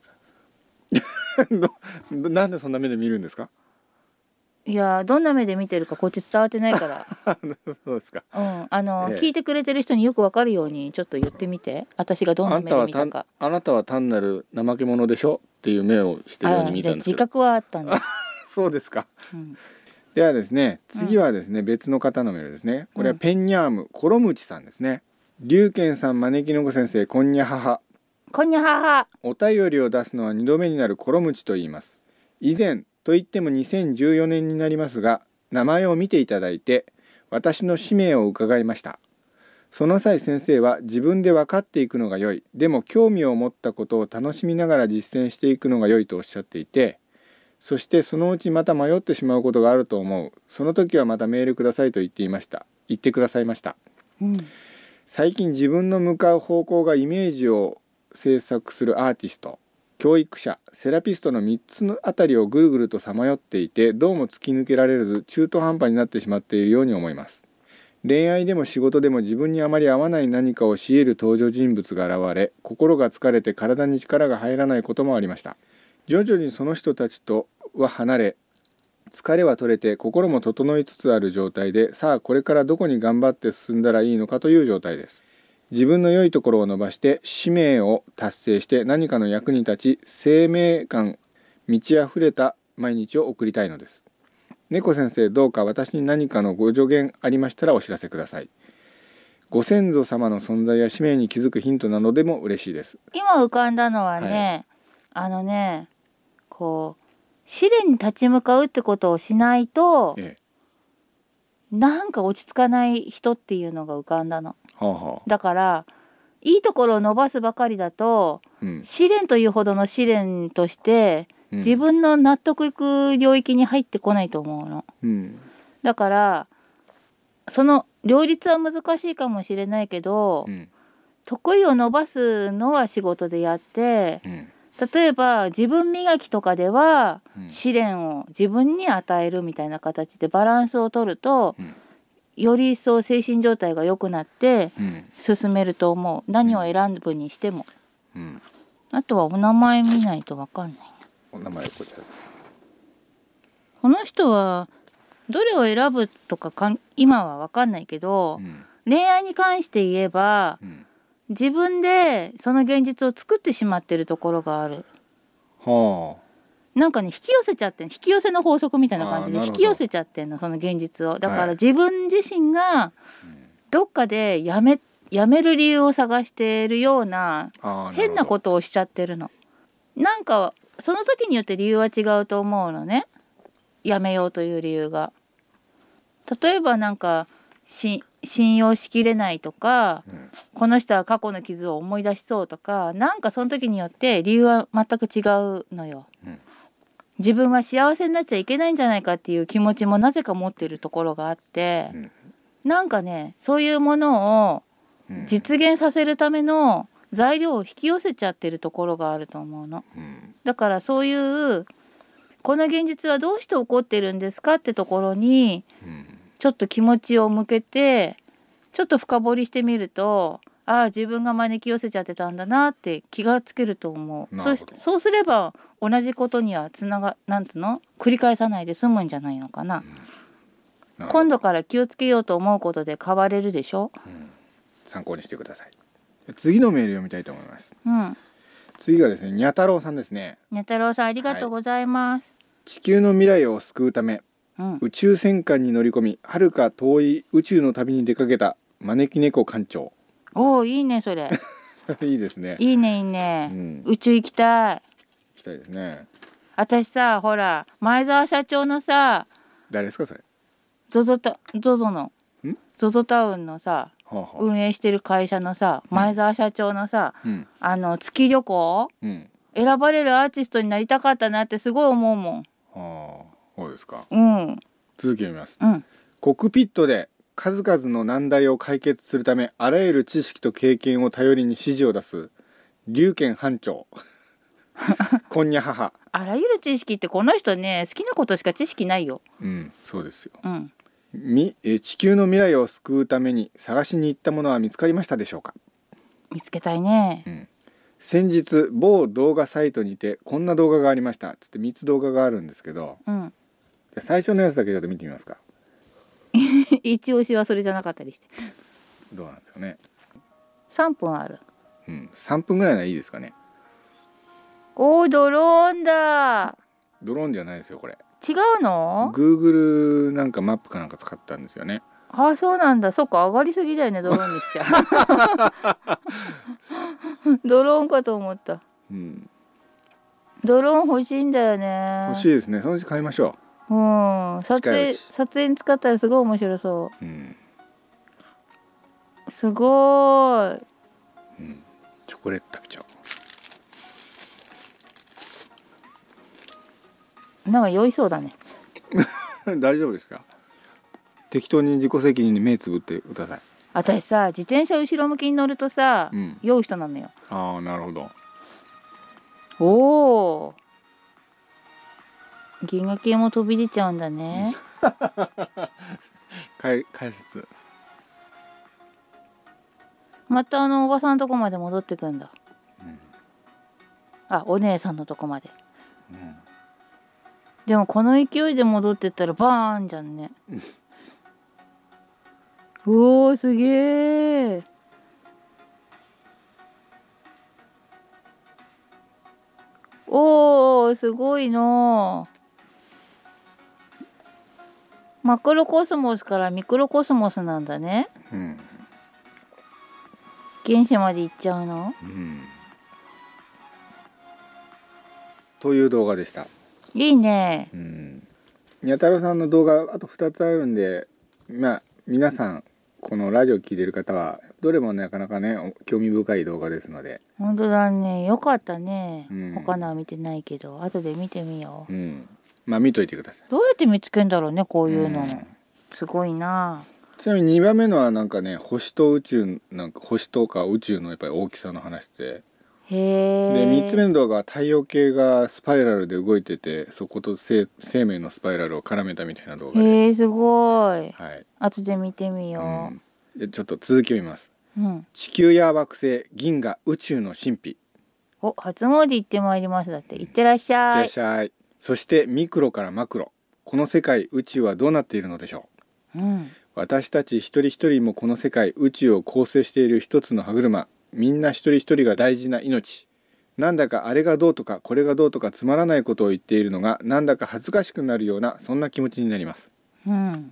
なんでそんな目で見るんですか？ いやどんな目で見てるかこっち伝わってないからそうですか。 聞いてくれてる人によくわかるようにちょっと言ってみて。私がどんな目で見たか。 あなたは単なる怠け者でしょっていう目をしてるように見たんですけど。 自覚はあったんだ。 そうですか。ではですね次はですね、別の方のメールですね。これはペンニャームコロムチさんですね。龍賢さん招きの子先生こんにゃはは。 こんにゃはは。 お便りを出すのは2度目になるコロムチと言います。以前と言っても2014年になりますが名前を見ていただいて私の使命を伺いました。その際先生は自分で分かっていくのが良い、でも興味を持ったことを楽しみながら実践していくのが良いとおっしゃっていて、そしてそのうちまた迷ってしまうことがあると思う。その時はまたメールくださいと言ってくださいました。最近自分の向かう方向がイメージを制作するアーティスト、教育者、セラピストの3つのあたりをぐるぐるとさまよっていて、どうも突き抜けられず中途半端になってしまっているように思います。恋愛でも仕事でも自分にあまり合わない何かを強いる登場人物が現れ、心が疲れて体に力が入らないこともありました。徐々にその人たちとは離れ、疲れは取れて心も整いつつある状態で、さあこれからどこに頑張って進んだらいいのかという状態です。 自分の良いところを伸ばして使命を達成して何かの役に立ち生命感満ち溢れた毎日を送りたいのです。猫先生、どうか私に何かのご助言ありましたらお知らせください。ご先祖様の存在や使命に気づくヒントなどでも嬉しいです。 今浮かんだのはね、こう試練に立ち向かうってことをしないと、なんか落ち着かない人っていうのが浮かんだの。だからいいところを伸ばすばかりだと、試練というほどの試練として、自分の納得いく領域に入ってこないと思うの。だからその両立は難しいかもしれないけど、得意を伸ばすのは仕事でやって、例えば自分磨きとかでは試練を自分に与えるみたいな形でバランスを取ると、より一層精神状態が良くなって進めると思う。何を選ぶにしても、あとはお名前見ないと分かんない。 お名前こちらです。 この人はどれを選ぶとか今は分かんないけど、恋愛に関して言えば、自分でその現実を作ってしまってるところがある。なんかね、引き寄せちゃってん、引き寄せの法則みたいな感じで引き寄せちゃってんの、その現実を。だから自分自身がどっかでやめる理由を探しているような変なことをしちゃってるの。なんかその時によって理由は違うと思うのね、やめようという理由が。例えばなんか信用しきれないとか、この人は過去の傷を思い出しそうとか、なんかその時によって理由は全く違うのよ。自分は幸せになっちゃいけないんじゃないかっていう気持ちもなぜか持ってるところがあって、なんかね、そういうものを実現させるための材料を引き寄せちゃってるところがあると思うの。だからそういうこの現実はどうして起こってるんですかってところにちょっと気持ちを向けてちょっと深掘りしてみると、ああ自分が招き寄せちゃってたんだなって気がつけると思う。そうすれば同じことにはなんつうの繰り返さないで済むんじゃないのかな。今度から気をつけようと思うことで変われるでしょ。 参考にしてください。次のメール読みたいと思います。次がですね、にゃ太郎さんですね。 にゃ太郎さん、ありがとうございます。 地球の未来を救うため、宇宙戦艦に乗り込み、遥か遠い宇宙の旅に出かけた招き猫艦長。 おお、いいねそれ。 いいですね。 いいねいいね、宇宙行きたい。 行きたいですね。 私さ、ほら前澤社長のさ、 誰ですかそれ。 ZOZO の ZOZO タウンのさ、運営してる会社のさ、前澤社長のさ、月旅行、選ばれるアーティストになりたかったなってすごい思うもん。 そうですか。 続き読みます。コックピットで数々の難題を解決するためあらゆる知識と経験を頼りに指示を出す龍賢班長こんにゃ母。 あらゆる知識ってこの人ね、好きなことしか知識ないよ。 そうですよ。地球の未来を救うために探しに行ったものは見つかりましたでしょうか。 見つけたいね。 先日某動画サイトにてこんな動画がありましたつって3つ動画があるんですけど、最初のやつだけちょっと見てみますか。 一押しはそれじゃなかったりして。 どうなんですかね。 3分ある。 3分ぐらいならいいですかね。 おー、ドローンだ。 ドローンじゃないですよこれ。 違うの？ Google なんかマップかなんか使ったんですよね。 あ、そうなんだ。そっか、上がりすぎだよね、ドローンにしちゃドローンかと思った。ドローン欲しいんだよね。 欲しいですね。そのうち買いましょう。 撮影に使ったらすごい面白そう。すごーい。 チョコレート食べちゃおう。なんか酔いそうだね。 大丈夫ですか。適当に自己責任に目つぶってください。 私さ、自転車後ろ向きに乗るとさ、酔う人なのよ。 なるほど。 おお。銀河系も飛び出ちゃうんだね。 解説。 またおばさんのとこまで戻ってくんだ。お姉さんのとこまで。でもこの勢いで戻ってったらバーンじゃんね。おー、すげえ。 おー、すごいの。マクロコスモスからミクロコスモスなんだね。うん。原子まで行っちゃうの？うん。 という動画でした。 いいね。うん。 にゃ太郎さんの動画あと2つあるんで、まあ皆さんこのラジオ聞いてる方はどれもなかなかね興味深い動画ですので。 本当だね、よかったね。うん、他のは見てないけど後で見てみよう。うん。 まあ見といてください。 どうやって見つけるんだろうね、こういうの。すごいな。 ちなみに2番目のはなんかね、星と宇宙、なんか星とか宇宙のやっぱり大きさの話で。へえ。で3つ目の動画は太陽系がスパイラルで動いてて、そこと生命のスパイラルを絡めたみたいな動画で。 へえ、すごい。はい。後で見てみよう。でちょっと続きを見ます。うん。地球や惑星、銀河、宇宙の神秘。 お、初詣行ってまいりますだって。行ってらっしゃい。 行ってらっしゃい。そしてミクロからマクロ。この世界、宇宙はどうなっているのでしょう。うん。私たち一人一人もこの世界、宇宙を構成している一つの歯車。みんな一人一人が大事な命。なんだかあれがどうとかこれがどうとかつまらないことを言っているのがなんだか恥ずかしくなるようなそんな気持ちになります。うん。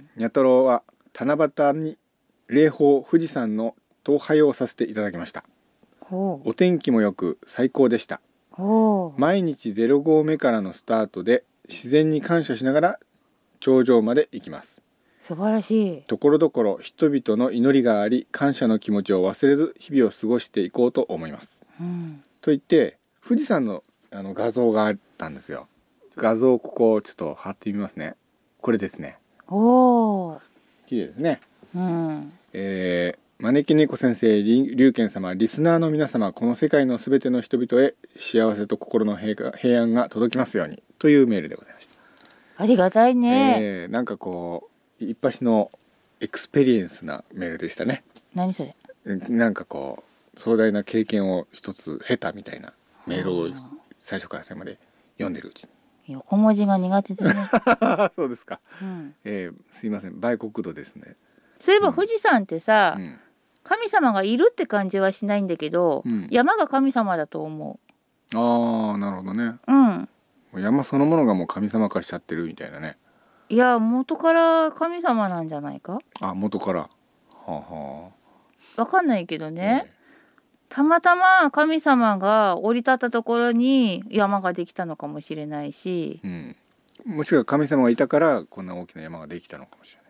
にゃ太郎は七夕に霊峰富士山の登拝をさせていただきました。お天気もよく最高でした。毎日0合目からのスタートで自然に感謝しながら頂上まで行きます。 素晴らしい。 ところどころ人々の祈りがあり感謝の気持ちを忘れず日々を過ごしていこうと思います。うん、と言って富士山の画像があったんですよ。画像をここちょっと貼ってみますね。これですね。おー、綺麗ですね。うん。招き猫先生、龍賢様、リスナーの皆様、この世界のすべての人々へ幸せと心の平安が届きますようにというメールでございました。 ありがたいね。 なんかこう一発のエクスペリエンスなメールでしたね。 何それ。 なんかこう壮大な経験を一つ経たみたいなメールを最初から最後まで読んでるうちに。 横文字が苦手でね。 そうですか。うん、すいません、売国度ですね。 そういえば富士山ってさ、うん、神様がいるって感じはしないんだけど、うん、山が神様だと思う。ああ、なるほどね。うん。山そのものがもう神様化しちゃってるみたいなね。 いや、元から神様なんじゃないか。 あ、元から。はあはあ。わかんないけどね。たまたま神様が降り立ったところに山ができたのかもしれないし、うん、 もしくは神様がいたからこんな大きな山ができたのかもしれない。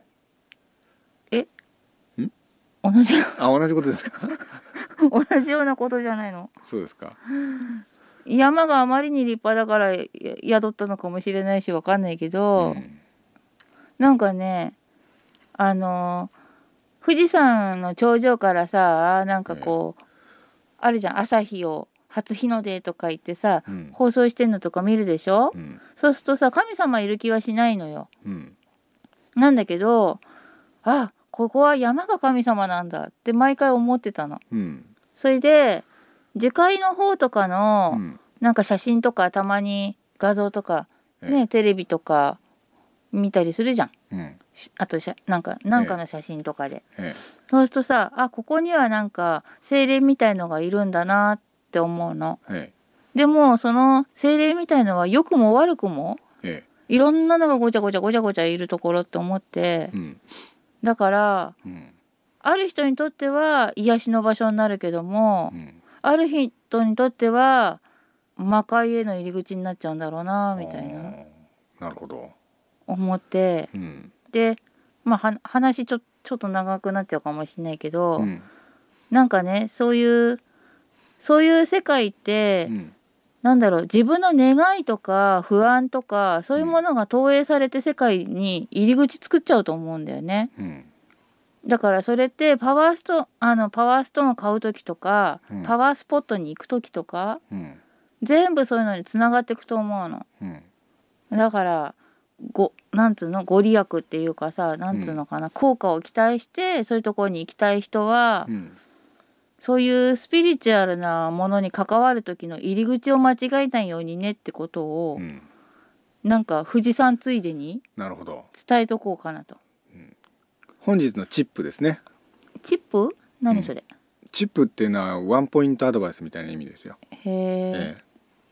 同じ同じことですか。 同じようなことじゃないの。 そうですか。 山があまりに立派だから宿ったのかもしれないしわかんないけど、うん、なんかね富士山の頂上からさなんかこう、あるじゃん、朝日を初日の出とか言ってさ、うん、放送してんのとか見るでしょ、うん、そうするとさ神様いる気はしないのよ、うん、なんだけどここは山が神様なんだって毎回思ってたの、うん、それで樹海の方とかの、なんか写真とかたまに画像とかね、テレビとか見たりするじゃん、うん、あとなんかの写真とかで、そうするとさここにはなんか精霊みたいのがいるんだなって思うの、でもその精霊みたいのは良くも悪くも、いろんなのがごちゃごちゃごちゃごちゃいるところって思って、だから、ある人にとっては癒しの場所になるけども、ある人にとっては魔界への入り口になっちゃうんだろうなみたいな。 なるほど。思って、で話ちょっと長くなっちゃうかもしれないけど、なんかねそういう世界って、なんだろう、自分の願いとか不安とかそういうものが投影されて世界に入り口作っちゃうと思うんだよね、だからそれってパワーストーンを買う時とか、パワースポットに行く時とか、全部そういうのにつながっていくと思うの、だからなんつうの、ご利益っていうかさ、なんつうのかな、効果を期待してそういうところに行きたい人は、そういうスピリチュアルなものに関わる時の入り口を間違えないようにねってことを、なんか富士山ついでに伝えとこうかなと。 本日のチップですね。 チップ？何それ？ チップっていうのはワンポイントアドバイスみたいな意味ですよ。へえ。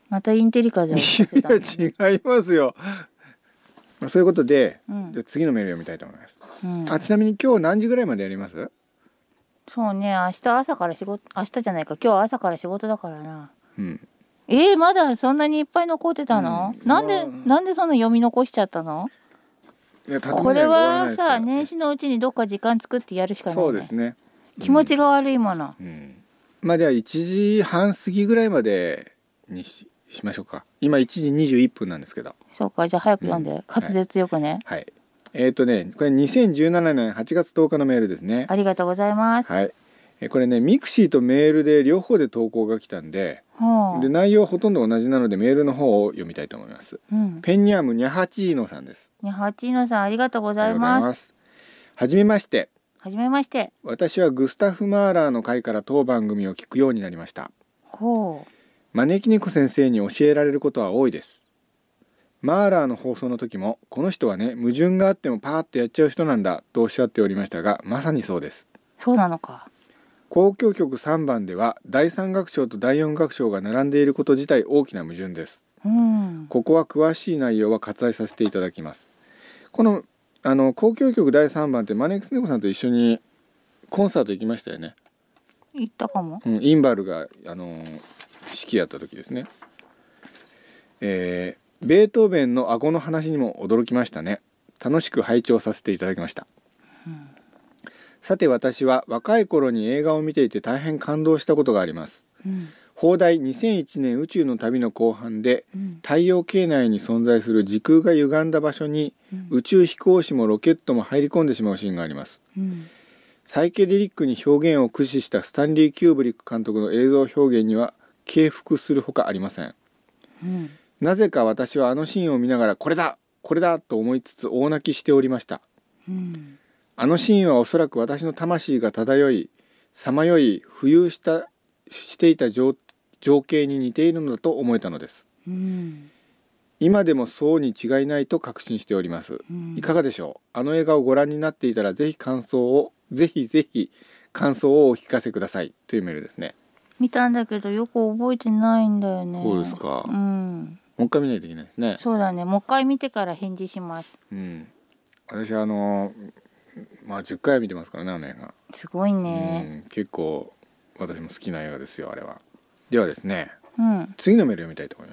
またインテリ風をさせた、ね、 いや違いますよ。そういうことで、じゃ次のメール読みたいと思います。ちなみに今日何時ぐらいまでやります？ そうね、明日朝から仕事、明日じゃないか、今日朝から仕事だからな。まだそんなにいっぱい残ってたの？なんでそんな読み残しちゃったの？これはさ、年始のうちにどっか時間作ってやるしかないね。 そうですね。 気持ちが悪いもの。 まあでは1時半過ぎぐらいまでにしましょうか。今1時21分なんですけど。 そうか、じゃあ早く読んで、滑舌よくね。 はい。これ2017年8月10日のメールですね。 ありがとうございます。 はい。これね、ミクシーとメールで両方で投稿が来たんで、で内容はほとんど同じなのでメールの方を読みたいと思います。ペンニャームニャハチーノさんです。 ニャハチーノさん、ありがとうございます。 はじめまして。 はじめまして。 私はグスタフ・マーラーの回から当番組を聞くようになりました。招き猫先生に教えられることは多いです。マーラーの放送の時も、この人はね、矛盾があってもパーッとやっちゃう人なんだとおっしゃっておりましたが、まさにそうです。 そうなのか。 交響曲3番では第3楽章と第4楽章が並んでいること自体大きな矛盾です。ここは詳しい内容は割愛させていただきます。この交響曲第3番って招き猫さんと一緒にコンサート行きましたよね。 行ったかも。 インバルが指揮やった時ですね。ベートーベンの顎の話にも驚きましたね。楽しく拝聴させていただきました。さて私は若い頃に映画を見ていて大変感動したことがあります。放題2001年宇宙の旅の後半で、太陽系内に存在する時空が歪んだ場所に、宇宙飛行士もロケットも入り込んでしまうシーンがあります。サイケデリックに表現を駆使したスタンリー・キューブリック監督の映像表現には敬服するほかありません。なぜか私はあのシーンを見ながらこれだと思いつつ大泣きしておりました。あのシーンはおそらく私の魂が漂いさまよい浮遊していた情景に似ているのだと思えたのです。今でもそうに違いないと確信しております。いかがでしょう。あの映画をご覧になっていたらぜひ感想をお聞かせくださいというメールですね。 見たんだけどよく覚えてないんだよね。 そうですか。もう一回見ないといけないですね。 そうだね。もう一回見てから返事します。 私10回は見てますからね、あの映画。 すごいね。 結構私も好きな映画ですよ、あれは。ではですね、次のメール読みたいと思います。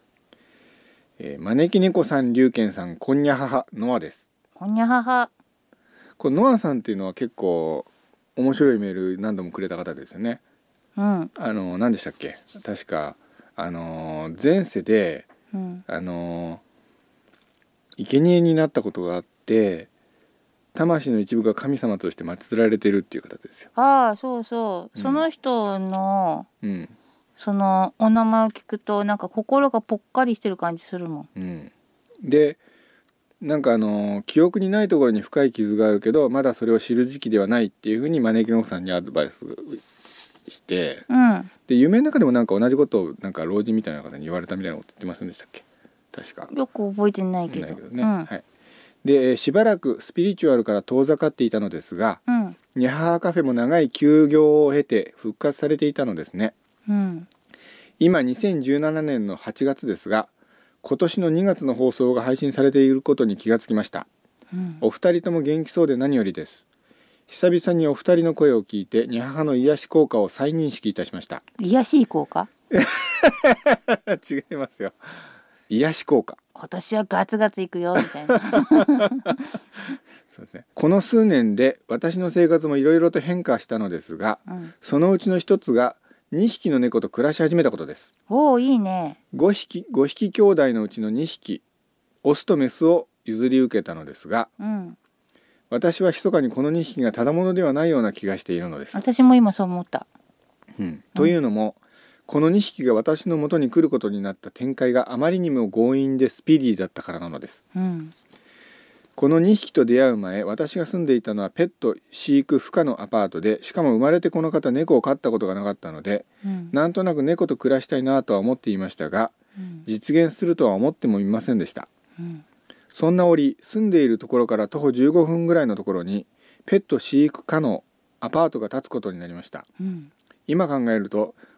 招き猫さん、龍賢さん、こんにゃはは、ノアです。 こんにゃはは。 これノアさんっていうのは結構面白いメール何度もくれた方ですよね。何でしたっけ、確か前世で、生贄になったことがあって魂の一部が神様として祀られてるっていう方ですよ。 そうそう、その人の、そのお名前を聞くとなんか心がぽっかりしてる感じするもん。 でなんか記憶にないところに深い傷があるけどまだそれを知る時期ではないっていうふうに招き猫さんにアドバイスして、で夢の中でもなんか同じことをなんか老人みたいな方に言われたみたいなこと言ってませんでしたっけ。確かよく覚えてないけどね。はい。でしばらくスピリチュアルから遠ざかっていたのですが、ニャハハカフェも長い休業を経て復活されていたのですね。今2017年の8月ですが今年の2月の放送が配信されていることに気がつきました。お二人とも元気そうで何よりです。久々にお二人の声を聞いてニャハハの癒し効果を再認識いたしました。 癒し効果違いますよ。癒し効果。 今年はガツガツいくよみたいなそうですね。この数年で私の生活もいろいろと変化したのですが、そのうちの一つが2匹の猫と暮らし始めたことです。 いいね。 5匹兄弟のうちの2匹オスとメスを譲り受けたのですが、私は密かにこの2匹がただものではないような気がしているのです。 私も今そう思った。 というのもこの2匹が私の元に来ることになった展開があまりにも強引でスピーディーだったからなのです。この2匹と出会う前、私が住んでいたのはペット飼育不可のアパートで、しかも生まれてこの方猫を飼ったことがなかったので、なんとなく猫と暮らしたいなとは思っていましたが、実現するとは思ってもいませんでした。そんな折、住んでいるところから徒歩15分ぐらいのところにペット飼育可のアパートが建つことになりました。今考えると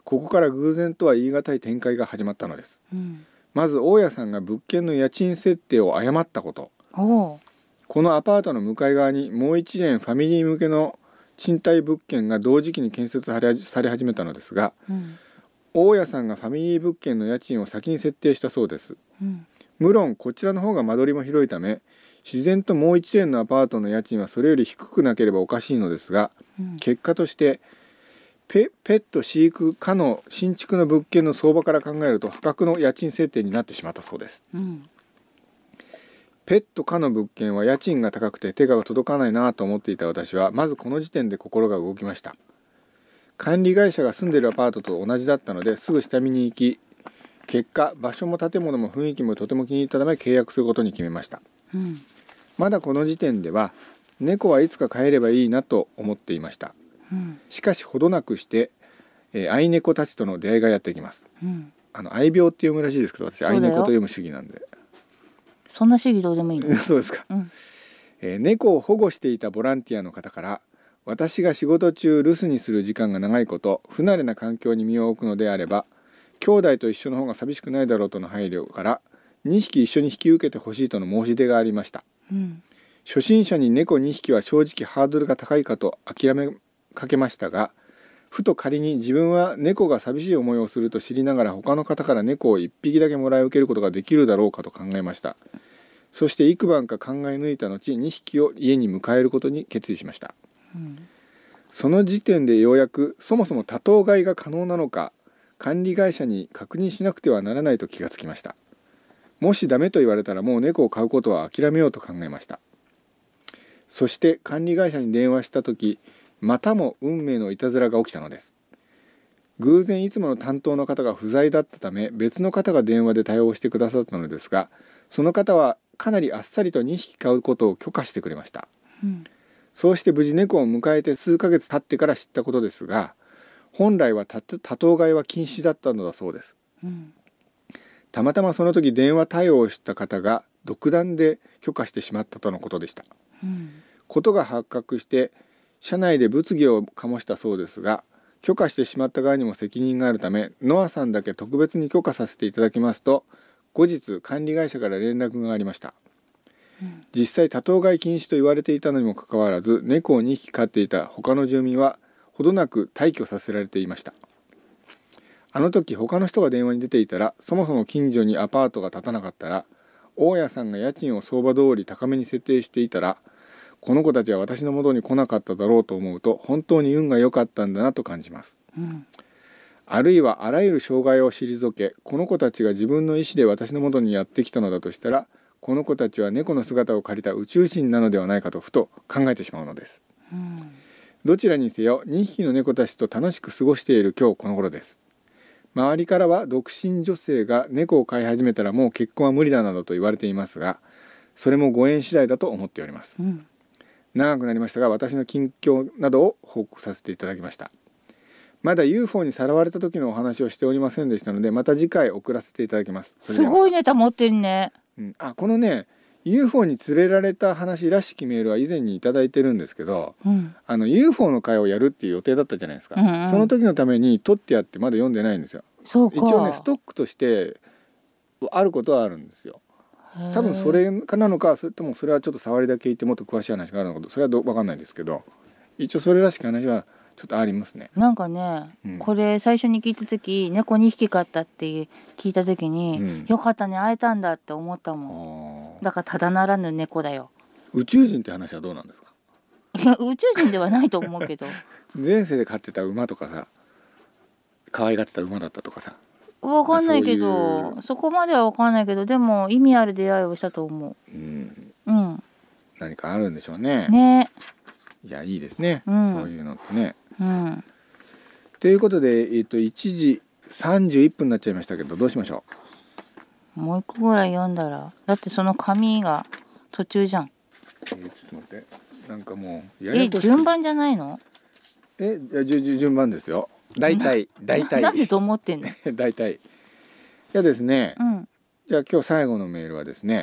ここから偶然とは言い難い展開が始まったのです、まず大家さんが物件の家賃設定を誤ったこと。このアパートの向かい側にもう一連ファミリー向けの賃貸物件が同時期に建設され始めたのですが、大家さんがファミリー物件の家賃を先に設定したそうです、無論こちらの方が間取りも広いため自然ともう一連のアパートの家賃はそれより低くなければおかしいのですが、結果としてペット飼育可の新築の物件の相場から考えると破格の家賃設定になってしまったそうです、ペット可の物件は家賃が高くて手が届かないなと思っていた私はまずこの時点で心が動きました。管理会社が住んでいるアパートと同じだったのですぐ下見に行き、結果場所も建物も雰囲気もとても気に入ったため契約することに決めました、まだこの時点では猫はいつか飼えればいいなと思っていました、しかしほどなくして、愛猫たちとの出会いがやってきます、愛病って読むらしいですけど、私愛猫と読む主義なんで。 そんな主義どうでもいいのそうですか、猫を保護していたボランティアの方から、私が仕事中留守にする時間が長いこと、不慣れな環境に身を置くのであれば兄弟と一緒の方が寂しくないだろうとの配慮から2匹一緒に引き受けてほしいとの申し出がありました、初心者に猫2匹は正直ハードルが高いかと諦めかけましたが、ふと仮に自分は猫が寂しい思いをすると知りながら他の方から猫を1匹だけもらい受けることができるだろうかと考えました。そして幾晩か考え抜いた後2匹を家に迎えることに決意しました、その時点でようやくそもそも多頭飼いが可能なのか管理会社に確認しなくてはならないと気がつきました。もしダメと言われたらもう猫を飼うことは諦めようと考えました。そして管理会社に電話した時、またも運命のいたずらが起きたのです。偶然いつもの担当の方が不在だったため別の方が電話で対応してくださったのですが、その方はかなりあっさりと2匹飼うことを許可してくれました、そうして無事猫を迎えて数ヶ月経ってから知ったことですが、本来は多頭飼いは禁止だったのだそうです、たまたまその時電話対応した方が独断で許可してしまったとのことでした、ことが発覚して社内で物議を醸したそうですが、許可してしまった側にも責任があるためノアさんだけ特別に許可させていただきますと後日管理会社から連絡がありました、実際多頭飼い禁止と言われていたのにもかかわらず猫を2匹飼っていた他の住民はほどなく退去させられていました。あの時他の人が電話に出ていたら、そもそも近所にアパートが建たなかったら、大家さんが家賃を相場通り高めに設定していたら、この子たちは私の元に来なかっただろうと思うと本当に運が良かったんだなと感じます、あるいはあらゆる障害を退け、この子たちが自分の意思で私の元にやってきたのだとしたら、この子たちは猫の姿を借りた宇宙人なのではないかとふと考えてしまうのです、どちらにせよ2匹の猫たちと楽しく過ごしている今日この頃です。周りからは独身女性が猫を飼い始めたらもう結婚は無理だなどと言われていますが、それもご縁次第だと思っております、長くなりましたが私の近況などを報告させていただきました。まだ UFO にさらわれた時のお話をしておりませんでしたので、また次回送らせていただきます。 すごいネタ持ってるね、 このね UFO に連れられた話らしきメールは以前にいただいてるんですけど、UFO の会をやるっていう予定だったじゃないですか、その時のために撮ってやってまだ読んでないんですよ。 そうか、 一応ねストックとしてあることはあるんですよ。多分それかなのか、それともそれはちょっと触りだけ言ってもっと詳しい話があるのか、それは分かんないですけど、一応それらしき話はちょっとありますね。 なんかね、これ最初に聞いた時猫2匹飼ったって聞いた時に、よかったね会えたんだって思ったもん。だからただならぬ猫だよ。 宇宙人って話はどうなんですか？ いや宇宙人ではないと思うけど前世で飼ってた馬とかさ、可愛がってた馬だったとかさ、 分かんないけど、そこまでは分かんないけど、でも意味ある出会いをしたと思う。 何かあるんでしょうね。いやいいですね、そういうのってね。ということで、1時31分になっちゃいましたけど、どうしましょう。もう一個ぐらい読んだら、だってその紙が途中じゃん。 ちょっと待って、なんかもうややこしい。 順番じゃないの？ 順番ですよ。大体なんでと思ってんの大体。じゃあですね、じゃあ今日最後のメールはです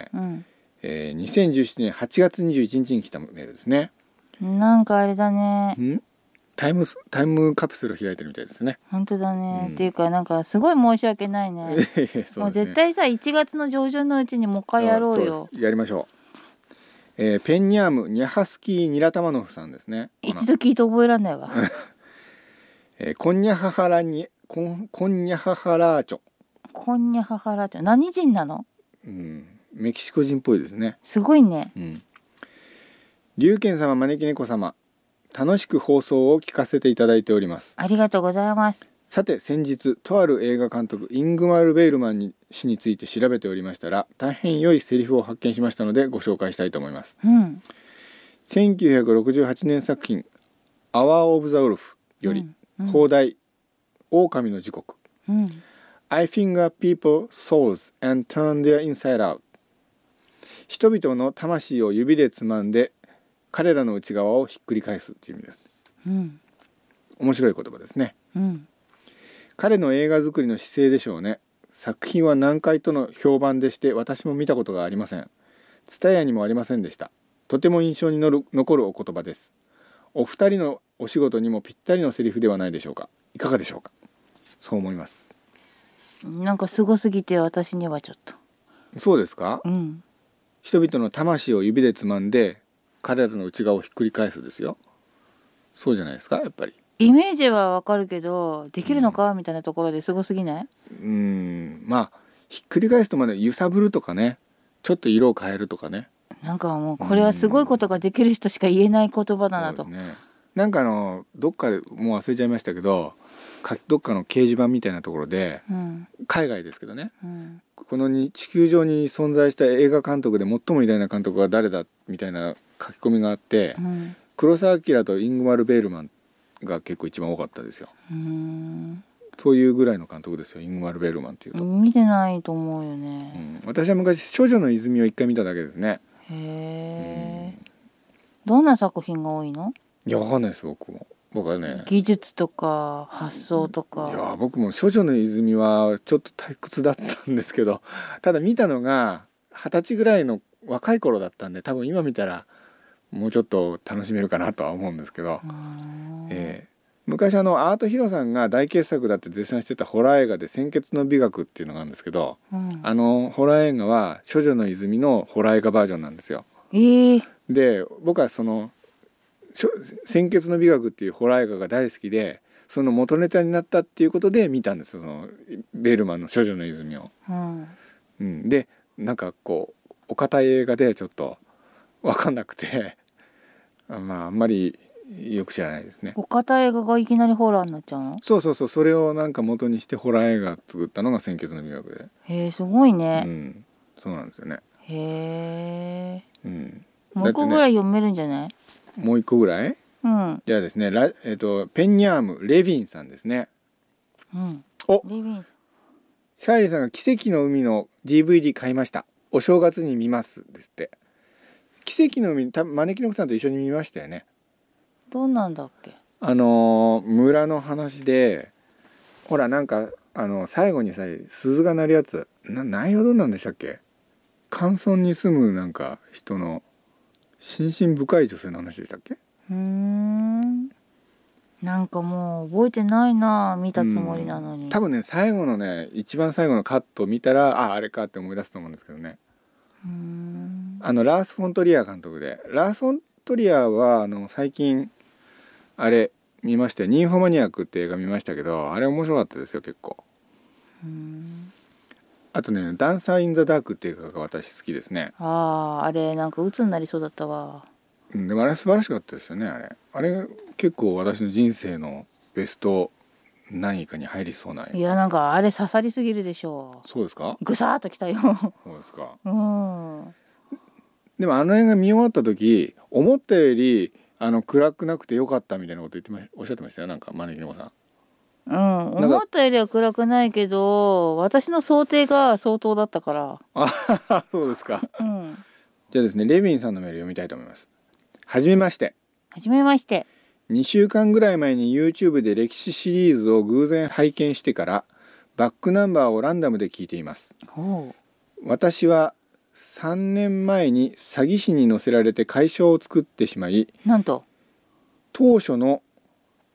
ね、2017年8月21日に来たメールですね。 なんかあれだね、 タイムカプセル開いてるみたいですね。 本当だね、っていうかなんかすごい申し訳ないね。もう絶対さ1月の上旬のうちにもう一回やろうよ。 やりましょう。ペンニャームニャハスキーニラタマノフさんですね。 一度聞いて覚えらんないわ。 コンニャハハラーチョ。コンニャハハラーチョ何人なの？ メキシコ人っぽいですね。 すごいね。 龍賢様、招き猫様、楽しく放送を聞かせていただいております。 ありがとうございます。 さて先日とある映画監督イングマル・ベイルマン氏について調べておりましたら、大変良いセリフを発見しましたのでご紹介したいと思います。1968年作品「アワー・オブ・ザ・ウルフ」より、邦題「狼の時刻」I finger people's souls and turn their inside out。 人々の魂を指でつまんで彼らの内側をひっくり返すという意味です。面白い言葉ですね。彼の映画作りの姿勢でしょうね。作品は難解との評判でして私も見たことがありません。TSUTAYAにもありませんでした。とても印象に残るお言葉です。お二人のお仕事にもぴったりのセリフではないでしょうか。いかがでしょうか。そう思います。 なんかすごすぎて私にはちょっと。 そうですか。人々の魂を指でつまんで彼らの内側をひっくり返すですよ。そうじゃないですか。やっぱりイメージはわかるけどできるのかみたいなところですごすぎない？ まあひっくり返すとまで揺さぶるとかね、ちょっと色を変えるとかね。 なんかもうこれはすごいことができる人しか言えない言葉だなと。 なんかどっかでもう忘れちゃいましたけど、どっかの掲示板みたいなところで、海外ですけどね、この地球上に存在した映画監督で最も偉大な監督は誰だみたいな書き込みがあって、黒澤明とイングマル・ベールマンが結構一番多かったですよ。そういうぐらいの監督ですよ、イングマル・ベールマンっていうと。 見てないと思うよね。 私は昔処女の泉を一回見ただけですね。 どんな作品が多いの？ いや、わかんないです。僕はね、 技術とか発想とか。 いや僕も処女の泉はちょっと退屈だったんですけど、ただ見たのが20歳ぐらいの若い頃だったんで、多分今見たらもうちょっと楽しめるかなとは思うんですけど、昔アートヒロさんが大傑作だって絶賛してたホラー映画で鮮血の美学っていうのがあるんですけど、ホラー映画は処女の泉のホラー映画バージョンなんですよ。で僕はその鮮血の美学っていうホラー映画が大好きで、その元ネタになったっていうことで見たんですよ、そのベールマンの処女の泉を。でなんかこうお堅い映画でちょっと分かんなくてあんまりよく知らないですね。 お堅い映画がいきなりホラーになっちゃうの？ そう、それをなんか元にしてホラー映画作ったのが鮮血の美学で。 へえ、すごいね。 そうなんですよね。 へえ。もう一個ぐらい読めるんじゃない？ もう一個ぐらい？ではですね、ペンニャームレヴィンさんですね。お、レヴィン。シャーリーさんが奇跡の海の DVD 買いました。お正月に見ますですって。奇跡の海、招き猫さんと一緒に見ましたよね。 どうなんだっけ？ 村の話で、ほらなんか最後にさ鈴が鳴るやつ、内容どうなんでしたっけ？寒村に住むなんか人の心身深い女性の話でしたっけ？ なんかもう覚えてないな、見たつもりなのに。 多分ね、最後のね、一番最後のカットを見たらあれかって思い出すと思うんですけどね。ラース・フォントリア監督で、ラース・フォントリアは最近あれ見ましたよ、ニンフォマニアックって映画見ましたけど、あれ面白かったですよ結構。あとね、ダンサー・イン・ザ・ダークっていう映画が私好きですね。 あれなんか鬱になりそうだったわ。 でもあれ素晴らしかったですよね。あれ結構私の人生のベスト何位かに入りそうな。 いや、なんかあれ刺さりすぎるでしょう。 そうですか？ ぐさーっときたよ。 そうですか。 でも映画見終わった時、思ったより暗くなくてよかったみたいなことおっしゃってましたよ、なんか招き猫さん。 思ったよりは暗くないけど、私の想定が相当だったから。 あ、そうですか。じゃあですね、レヴィンさんのメール読みたいと思います。はじめまして。 はじめまして。 2週間ぐらい前に YouTube で歴史シリーズを偶然拝見してからバックナンバーをランダムで聞いています。私は3年前に詐欺師に乗せられて会社を作ってしまい、 なんと当初の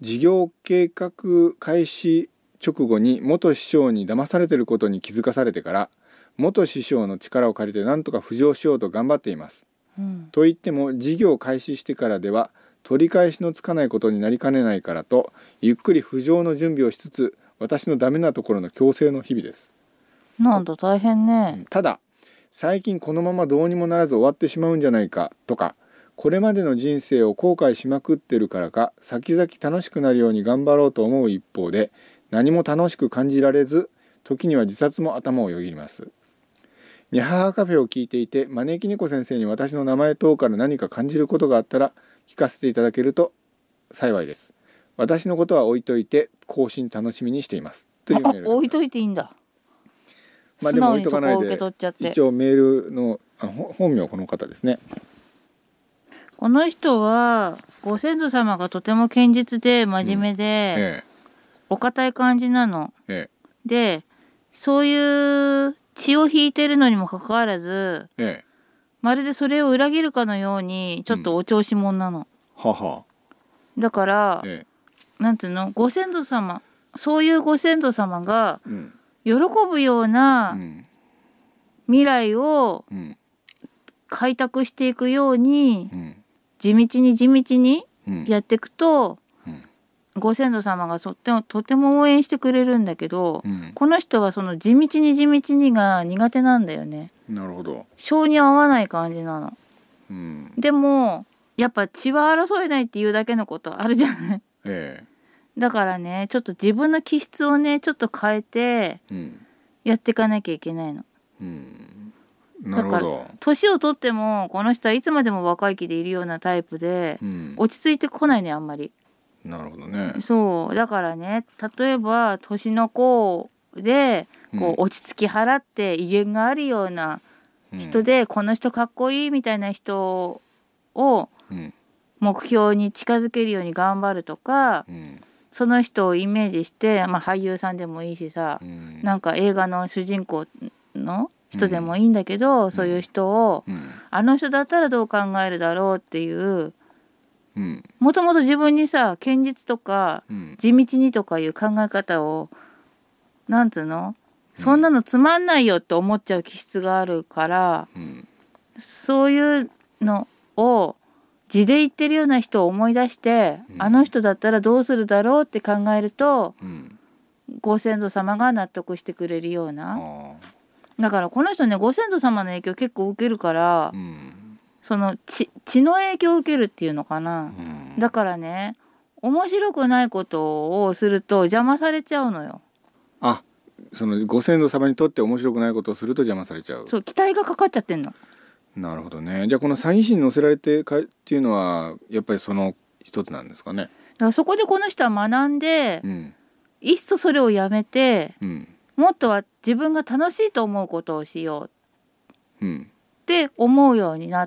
事業計画開始直後に元師匠に騙されていることに気づかされてから元師匠の力を借りて何とか浮上しようと頑張っています、と言っても事業開始してからでは取り返しのつかないことになりかねないからとゆっくり浮上の準備をしつつ私のダメなところの強制の日々です。 なんだ大変ね。 ただ最近このままどうにもならず終わってしまうんじゃないかとかこれまでの人生を後悔しまくってるからか先々楽しくなるように頑張ろうと思う一方で何も楽しく感じられず時には自殺も頭をよぎります。にゃははカフェを聞いていて招き猫先生に私の名前等から何か感じることがあったら聞かせていただけると幸いです。私のことは置いといて更新楽しみにしていますというメール。 置いといていいんだ。 まあでも置いとかないで一応メールの本名この方ですね。 この人はご先祖様がとても堅実で真面目で、お堅い感じなの、でそういう血を引いてるのにもかかわらず、まるでそれを裏切るかのようにちょっとお調子者なの、だから、なんていうの、ご先祖様、そういうご先祖様が喜ぶような未来を開拓していくように、地道にやっていくと、ご先祖様がとても応援してくれるんだけど、この人はその地道にが苦手なんだよね。 なるほど。 性に合わない感じなの、でもやっぱ血は争えないっていうだけのことあるじゃない、だからねちょっと自分の気質をねちょっと変えてやっていかなきゃいけないの、 なるほど。だから年を取ってもこの人はいつまでも若い気でいるようなタイプで、落ち着いてこないねあんまり。 なるほどね。 そうだからね、例えば年の子でこう落ち着き払って威厳があるような人で、この人かっこいいみたいな人を目標に近づけるように頑張るとか、その人をイメージして、俳優さんでもいいしさ、なんか映画の主人公の人でもいいんだけど、そういう人を、あの人だったらどう考えるだろうっていうもともと自分にさ堅実とか、地道にとかいう考え方をなんつうの、そんなのつまんないよって思っちゃう気質があるから、そういうのを地で言ってるような人を思い出して、あの人だったらどうするだろうって考えると、ご先祖様が納得してくれるような。だからこの人ねご先祖様の影響結構受けるから、その血の影響を受けるっていうのかな、だからね面白くないことをすると邪魔されちゃうのよ。 そのご先祖様にとって面白くないことをすると邪魔されちゃう。 そう、期待がかかっちゃってんの。 なるほどね。じゃあこの詐欺師に乗せられてかっていうのはやっぱりその一つなんですかね。 だからそこでこの人は学んで、いっそそれをやめて、もっとは自分が楽しいと思うことをしようって思うようになって、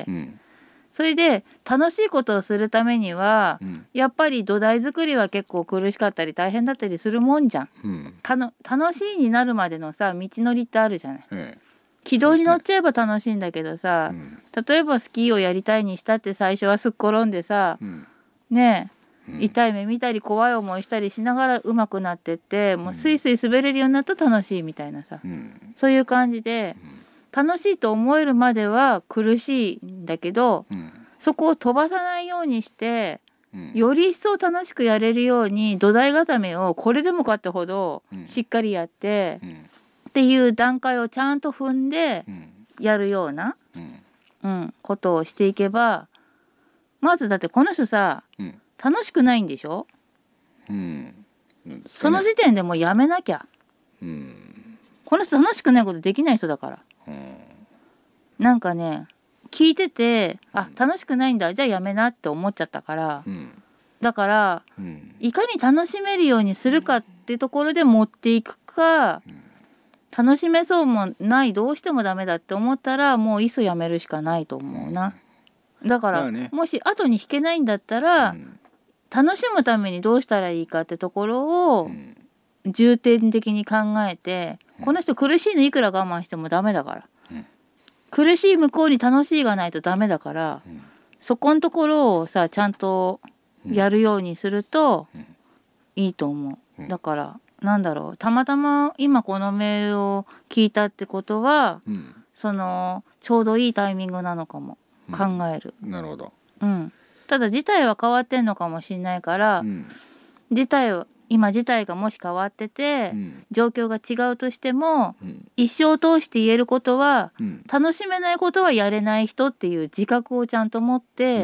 それで楽しいことをするためには、やっぱり土台作りは結構苦しかったり大変だったりするもんじゃん、楽しいになるまでのさ道のりってあるじゃない、軌道に乗っちゃえば楽しいんだけどさ、例えばスキーをやりたいにしたって最初はすっ転んでさ、ねえ、痛い目見たり怖い思いしたりしながら上手くなってって、もうスイスイ滑れるようになると楽しいみたいなさ、そういう感じで、楽しいと思えるまでは苦しいんだけど、そこを飛ばさないようにして、より一層楽しくやれるように土台固めをこれでもかってほどしっかりやって、っていう段階をちゃんと踏んでやるような、ことをしていけば、まずだってこの人さ、楽しくないんでしょ、その時点でもうやめなきゃ、この人楽しくないことできない人だから、なんかね聞いてて楽しくないんだじゃあやめなって思っちゃったから、だから、いかに楽しめるようにするかってところで持っていくか、楽しめそうもないどうしてもダメだって思ったらもういっそやめるしかないと思うな。だから、もし後に引けないんだったら、楽しむためにどうしたらいいかってところを重点的に考えて、この人苦しいのいくら我慢してもダメだから、苦しい向こうに楽しいがないとダメだから、そこのところをさちゃんとやるようにするといいと思う。だからなんだろう、たまたま今このメールを聞いたってことは、そのちょうどいいタイミングなのかも考える。 なるほど。 ただ事態は変わってんのかもしれないから、今事態がもし変わってて、状況が違うとしても、一生通して言えることは、楽しめないことはやれない人っていう自覚をちゃんと持って、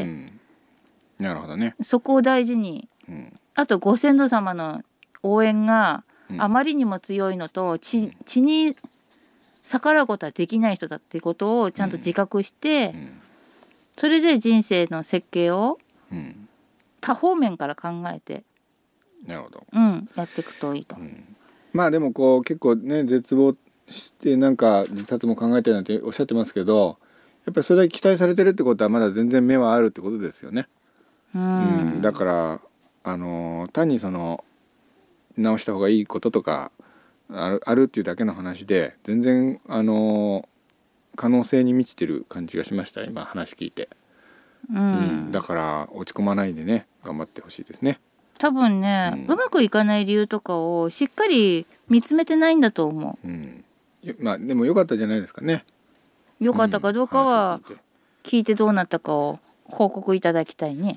なるほどね。 そこを大事に、あとご先祖様の応援があまりにも強いのと、血に逆らうことはできない人だっていうことをちゃんと自覚して、それで人生の設計を多方面から考えて、 なるほど、 やっていくといいと。 まあでもこう結構ね絶望してなんか自殺も考えてるなんておっしゃってますけど、やっぱりそれだけ期待されてるってことはまだ全然目はあるってことですよね。だから単にその直した方がいいこととかあるっていうだけの話で、全然可能性に満ちてる感じがしました、今話聞いて。だから落ち込まないでね、頑張ってほしいですね。 多分ね、うまくいかない理由とかをしっかり見つめてないんだと思う。 まあでも良かったじゃないですかね。 良かったかどうかは聞いてどうなったかを報告いただきたいね。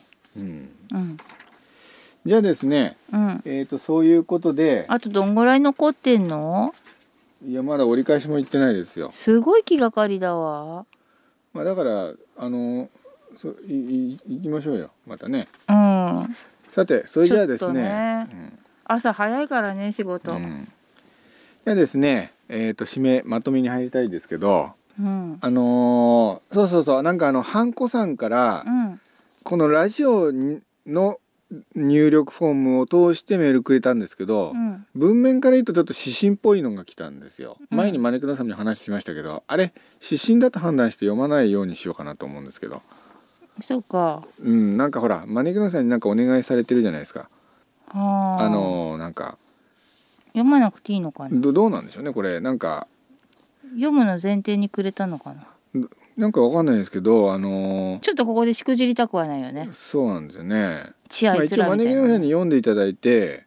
じゃあですね、そういうことで、 あとどんぐらい残ってんの？ いやまだ折り返しも行ってないですよ。 すごい気がかりだわ。 まあだから行きましょうよまたね。さてそれじゃあですね、 朝早いからね仕事。 じゃあですね、締めまとめに入りたいですけど、そうなんかハンコさんから、このラジオの入力フォームを通してメールくれたんですけど、文面から言うとちょっと指針っぽいのが来たんですよ。前に招くさんに話しましたけど、あれ指針だと判断して読まないようにしようかなと思うんですけど。 そうか。 なんかほら招くさんになんかお願いされてるじゃないですか。なんか読まなくていいのかな。 どうなんでしょうねこれ。なんか読むの前提にくれたのかな。 なんかわかんないですけど、 ちょっとここでしくじりたくはないよね。 そうなんですよね。 一応招きのさんに読んでいただいて、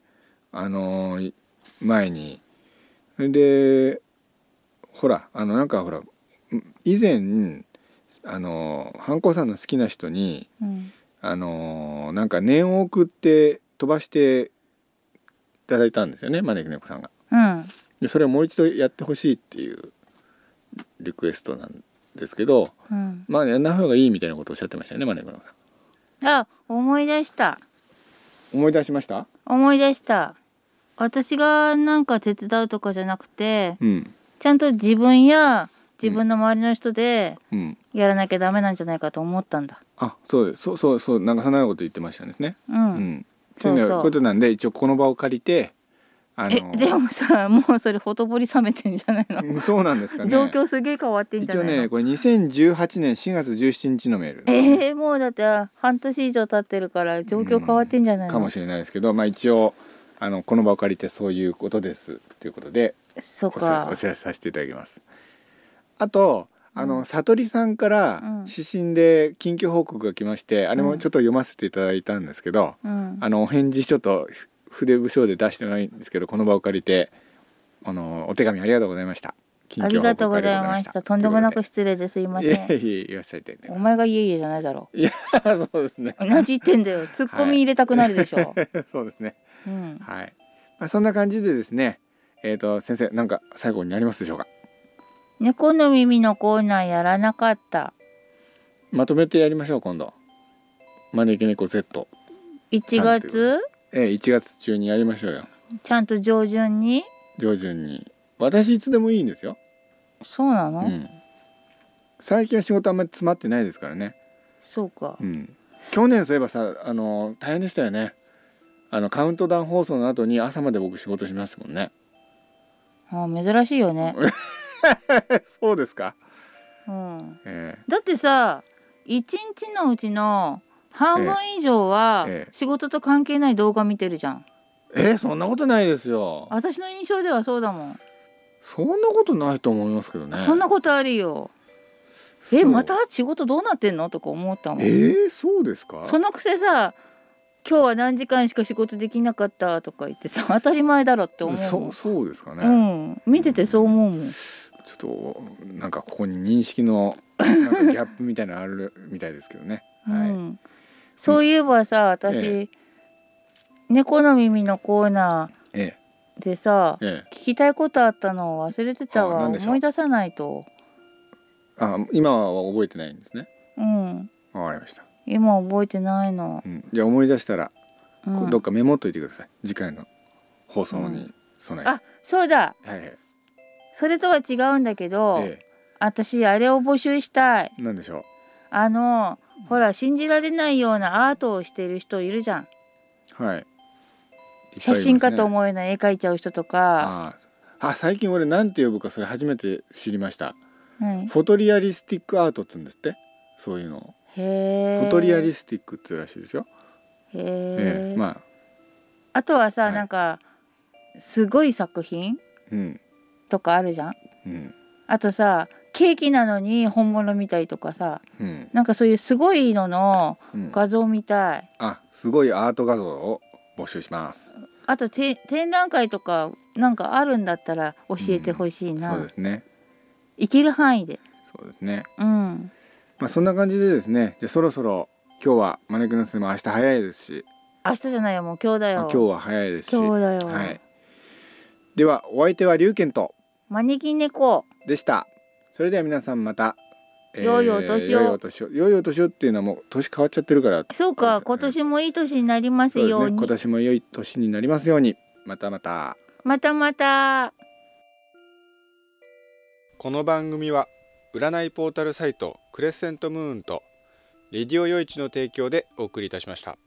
前にでほらなんかほら以前ハンコさんの好きな人に、なんか念を送って飛ばしていただいたんですよね、招き猫さんが。でそれをもう一度やってほしいっていうリクエストなんですけど、まあやんない方がいいみたいなことをおっしゃってましたよね、招き猫さん。 あ、思い出した。 思い出しました。 思い出した。私がなんか手伝うとかじゃなくて、ちゃんと自分や自分の周りの人でやらなきゃダメなんじゃないかと思ったんだ。 そうです。そうなんかそんなこと言ってましたんですね。そういうことなんで、一応この場を借りてでもさ、もうそれほとぼり冷めてんじゃないの？ そうなんですかね。 状況すげえ変わってんじゃないの？ 一応ねこれ2018年4月17日のメール、 ね。もうだって半年以上経ってるから状況変わってんじゃないの？ かもしれないですけど、まあ一応この場を借りてそういうことですということでお知らせさせていただきます。あと悟りさんから指針で緊急報告が来まして、あれもちょっと読ませていただいたんですけど、お返事ちょっと筆不詳で出してないんですけど、この場を借りてお手紙ありがとうございました。 ありがとうございました。とんでもなく失礼です。すいません。 言わせていただきます。 お前がいえいえじゃないだろう。 いやそうですね。 同じ言ってんだよ。ツッコミ入れたくなるでしょ。 そうですね。はい。そんな感じでですね。先生なんか最後にありますでしょうか。 猫の耳のコーナーやらなかった。 まとめてやりましょう今度。招き猫 Z。 1月 ？1月中にやりましょうよ。 ちゃんと上旬に。私いつでもいいんですよ。 そうなの？ 最近は仕事あんまり詰まってないですからね。 そうか。 去年そういえばさ大変でしたよね。カウントダウン放送の後に朝まで僕仕事しますもんね。 珍しいよね。 そうですか。 だってさ1日のうちの半分以上は仕事と関係ない動画見てるじゃん。 そんなことないですよ。 私の印象ではそうだもん。 そんなことないと思いますけどね。 そんなことあるよ。また仕事どうなってんのとか思ったもん。 そうですか。 そのくせさ今日は何時間しか仕事できなかったとか言ってさ、当たり前だろって思う。 そうですかね。 うん、見ててそう思うもん。 ちょっとなんかここに認識のなんかギャップみたいなのあるみたいですけどね。はい。 そういえばさ、私、猫の耳のコーナーでさ、聞きたいことあったのを忘れてたわ。思い出さないと。 今は覚えてないんですね。わかりました。 今覚えてないの。 じゃあ思い出したら、どっかメモっといてください。次回の放送に備えて。 そうだ。それとは違うんだけど、私あれを募集したい。 なんでしょう。 ほら信じられないようなアートをしてる人いるじゃん。 はい。 写真家と思えない絵描いちゃう人とか。 最近俺なんて呼ぶかそれ初めて知りました。フォトリアリスティックアートっつうんですって。そういうのを。フォトリアリスティックっつうらしいですよ。 あとはさ、なんかすごい作品とかあるじゃん。あとさ、ケーキなのに本物みたいとかさ、なんかそういうすごいのの画像みたい。 すごいアート画像を募集します。 あと展覧会とかなんかあるんだったら教えてほしいな。 そうですね。 行ける範囲で。 そうですね。そんな感じでですね。じゃあそろそろ今日は招きの巣も明日早いですし。 明日じゃないよ、もう今日だよ。 今日は早いですし。 今日だよ。 はい。ではお相手は龍賢と招き猫でした。それでは皆さんまた。 良いお年を。 良いお年をっていうのはもう年変わっちゃってるから。 そうか、今年もいい年になりますように。 今年も良い年になりますように。またまた。この番組は占いポータルサイトクレッセントムーンとレディオよいちの提供でお送りいたしました。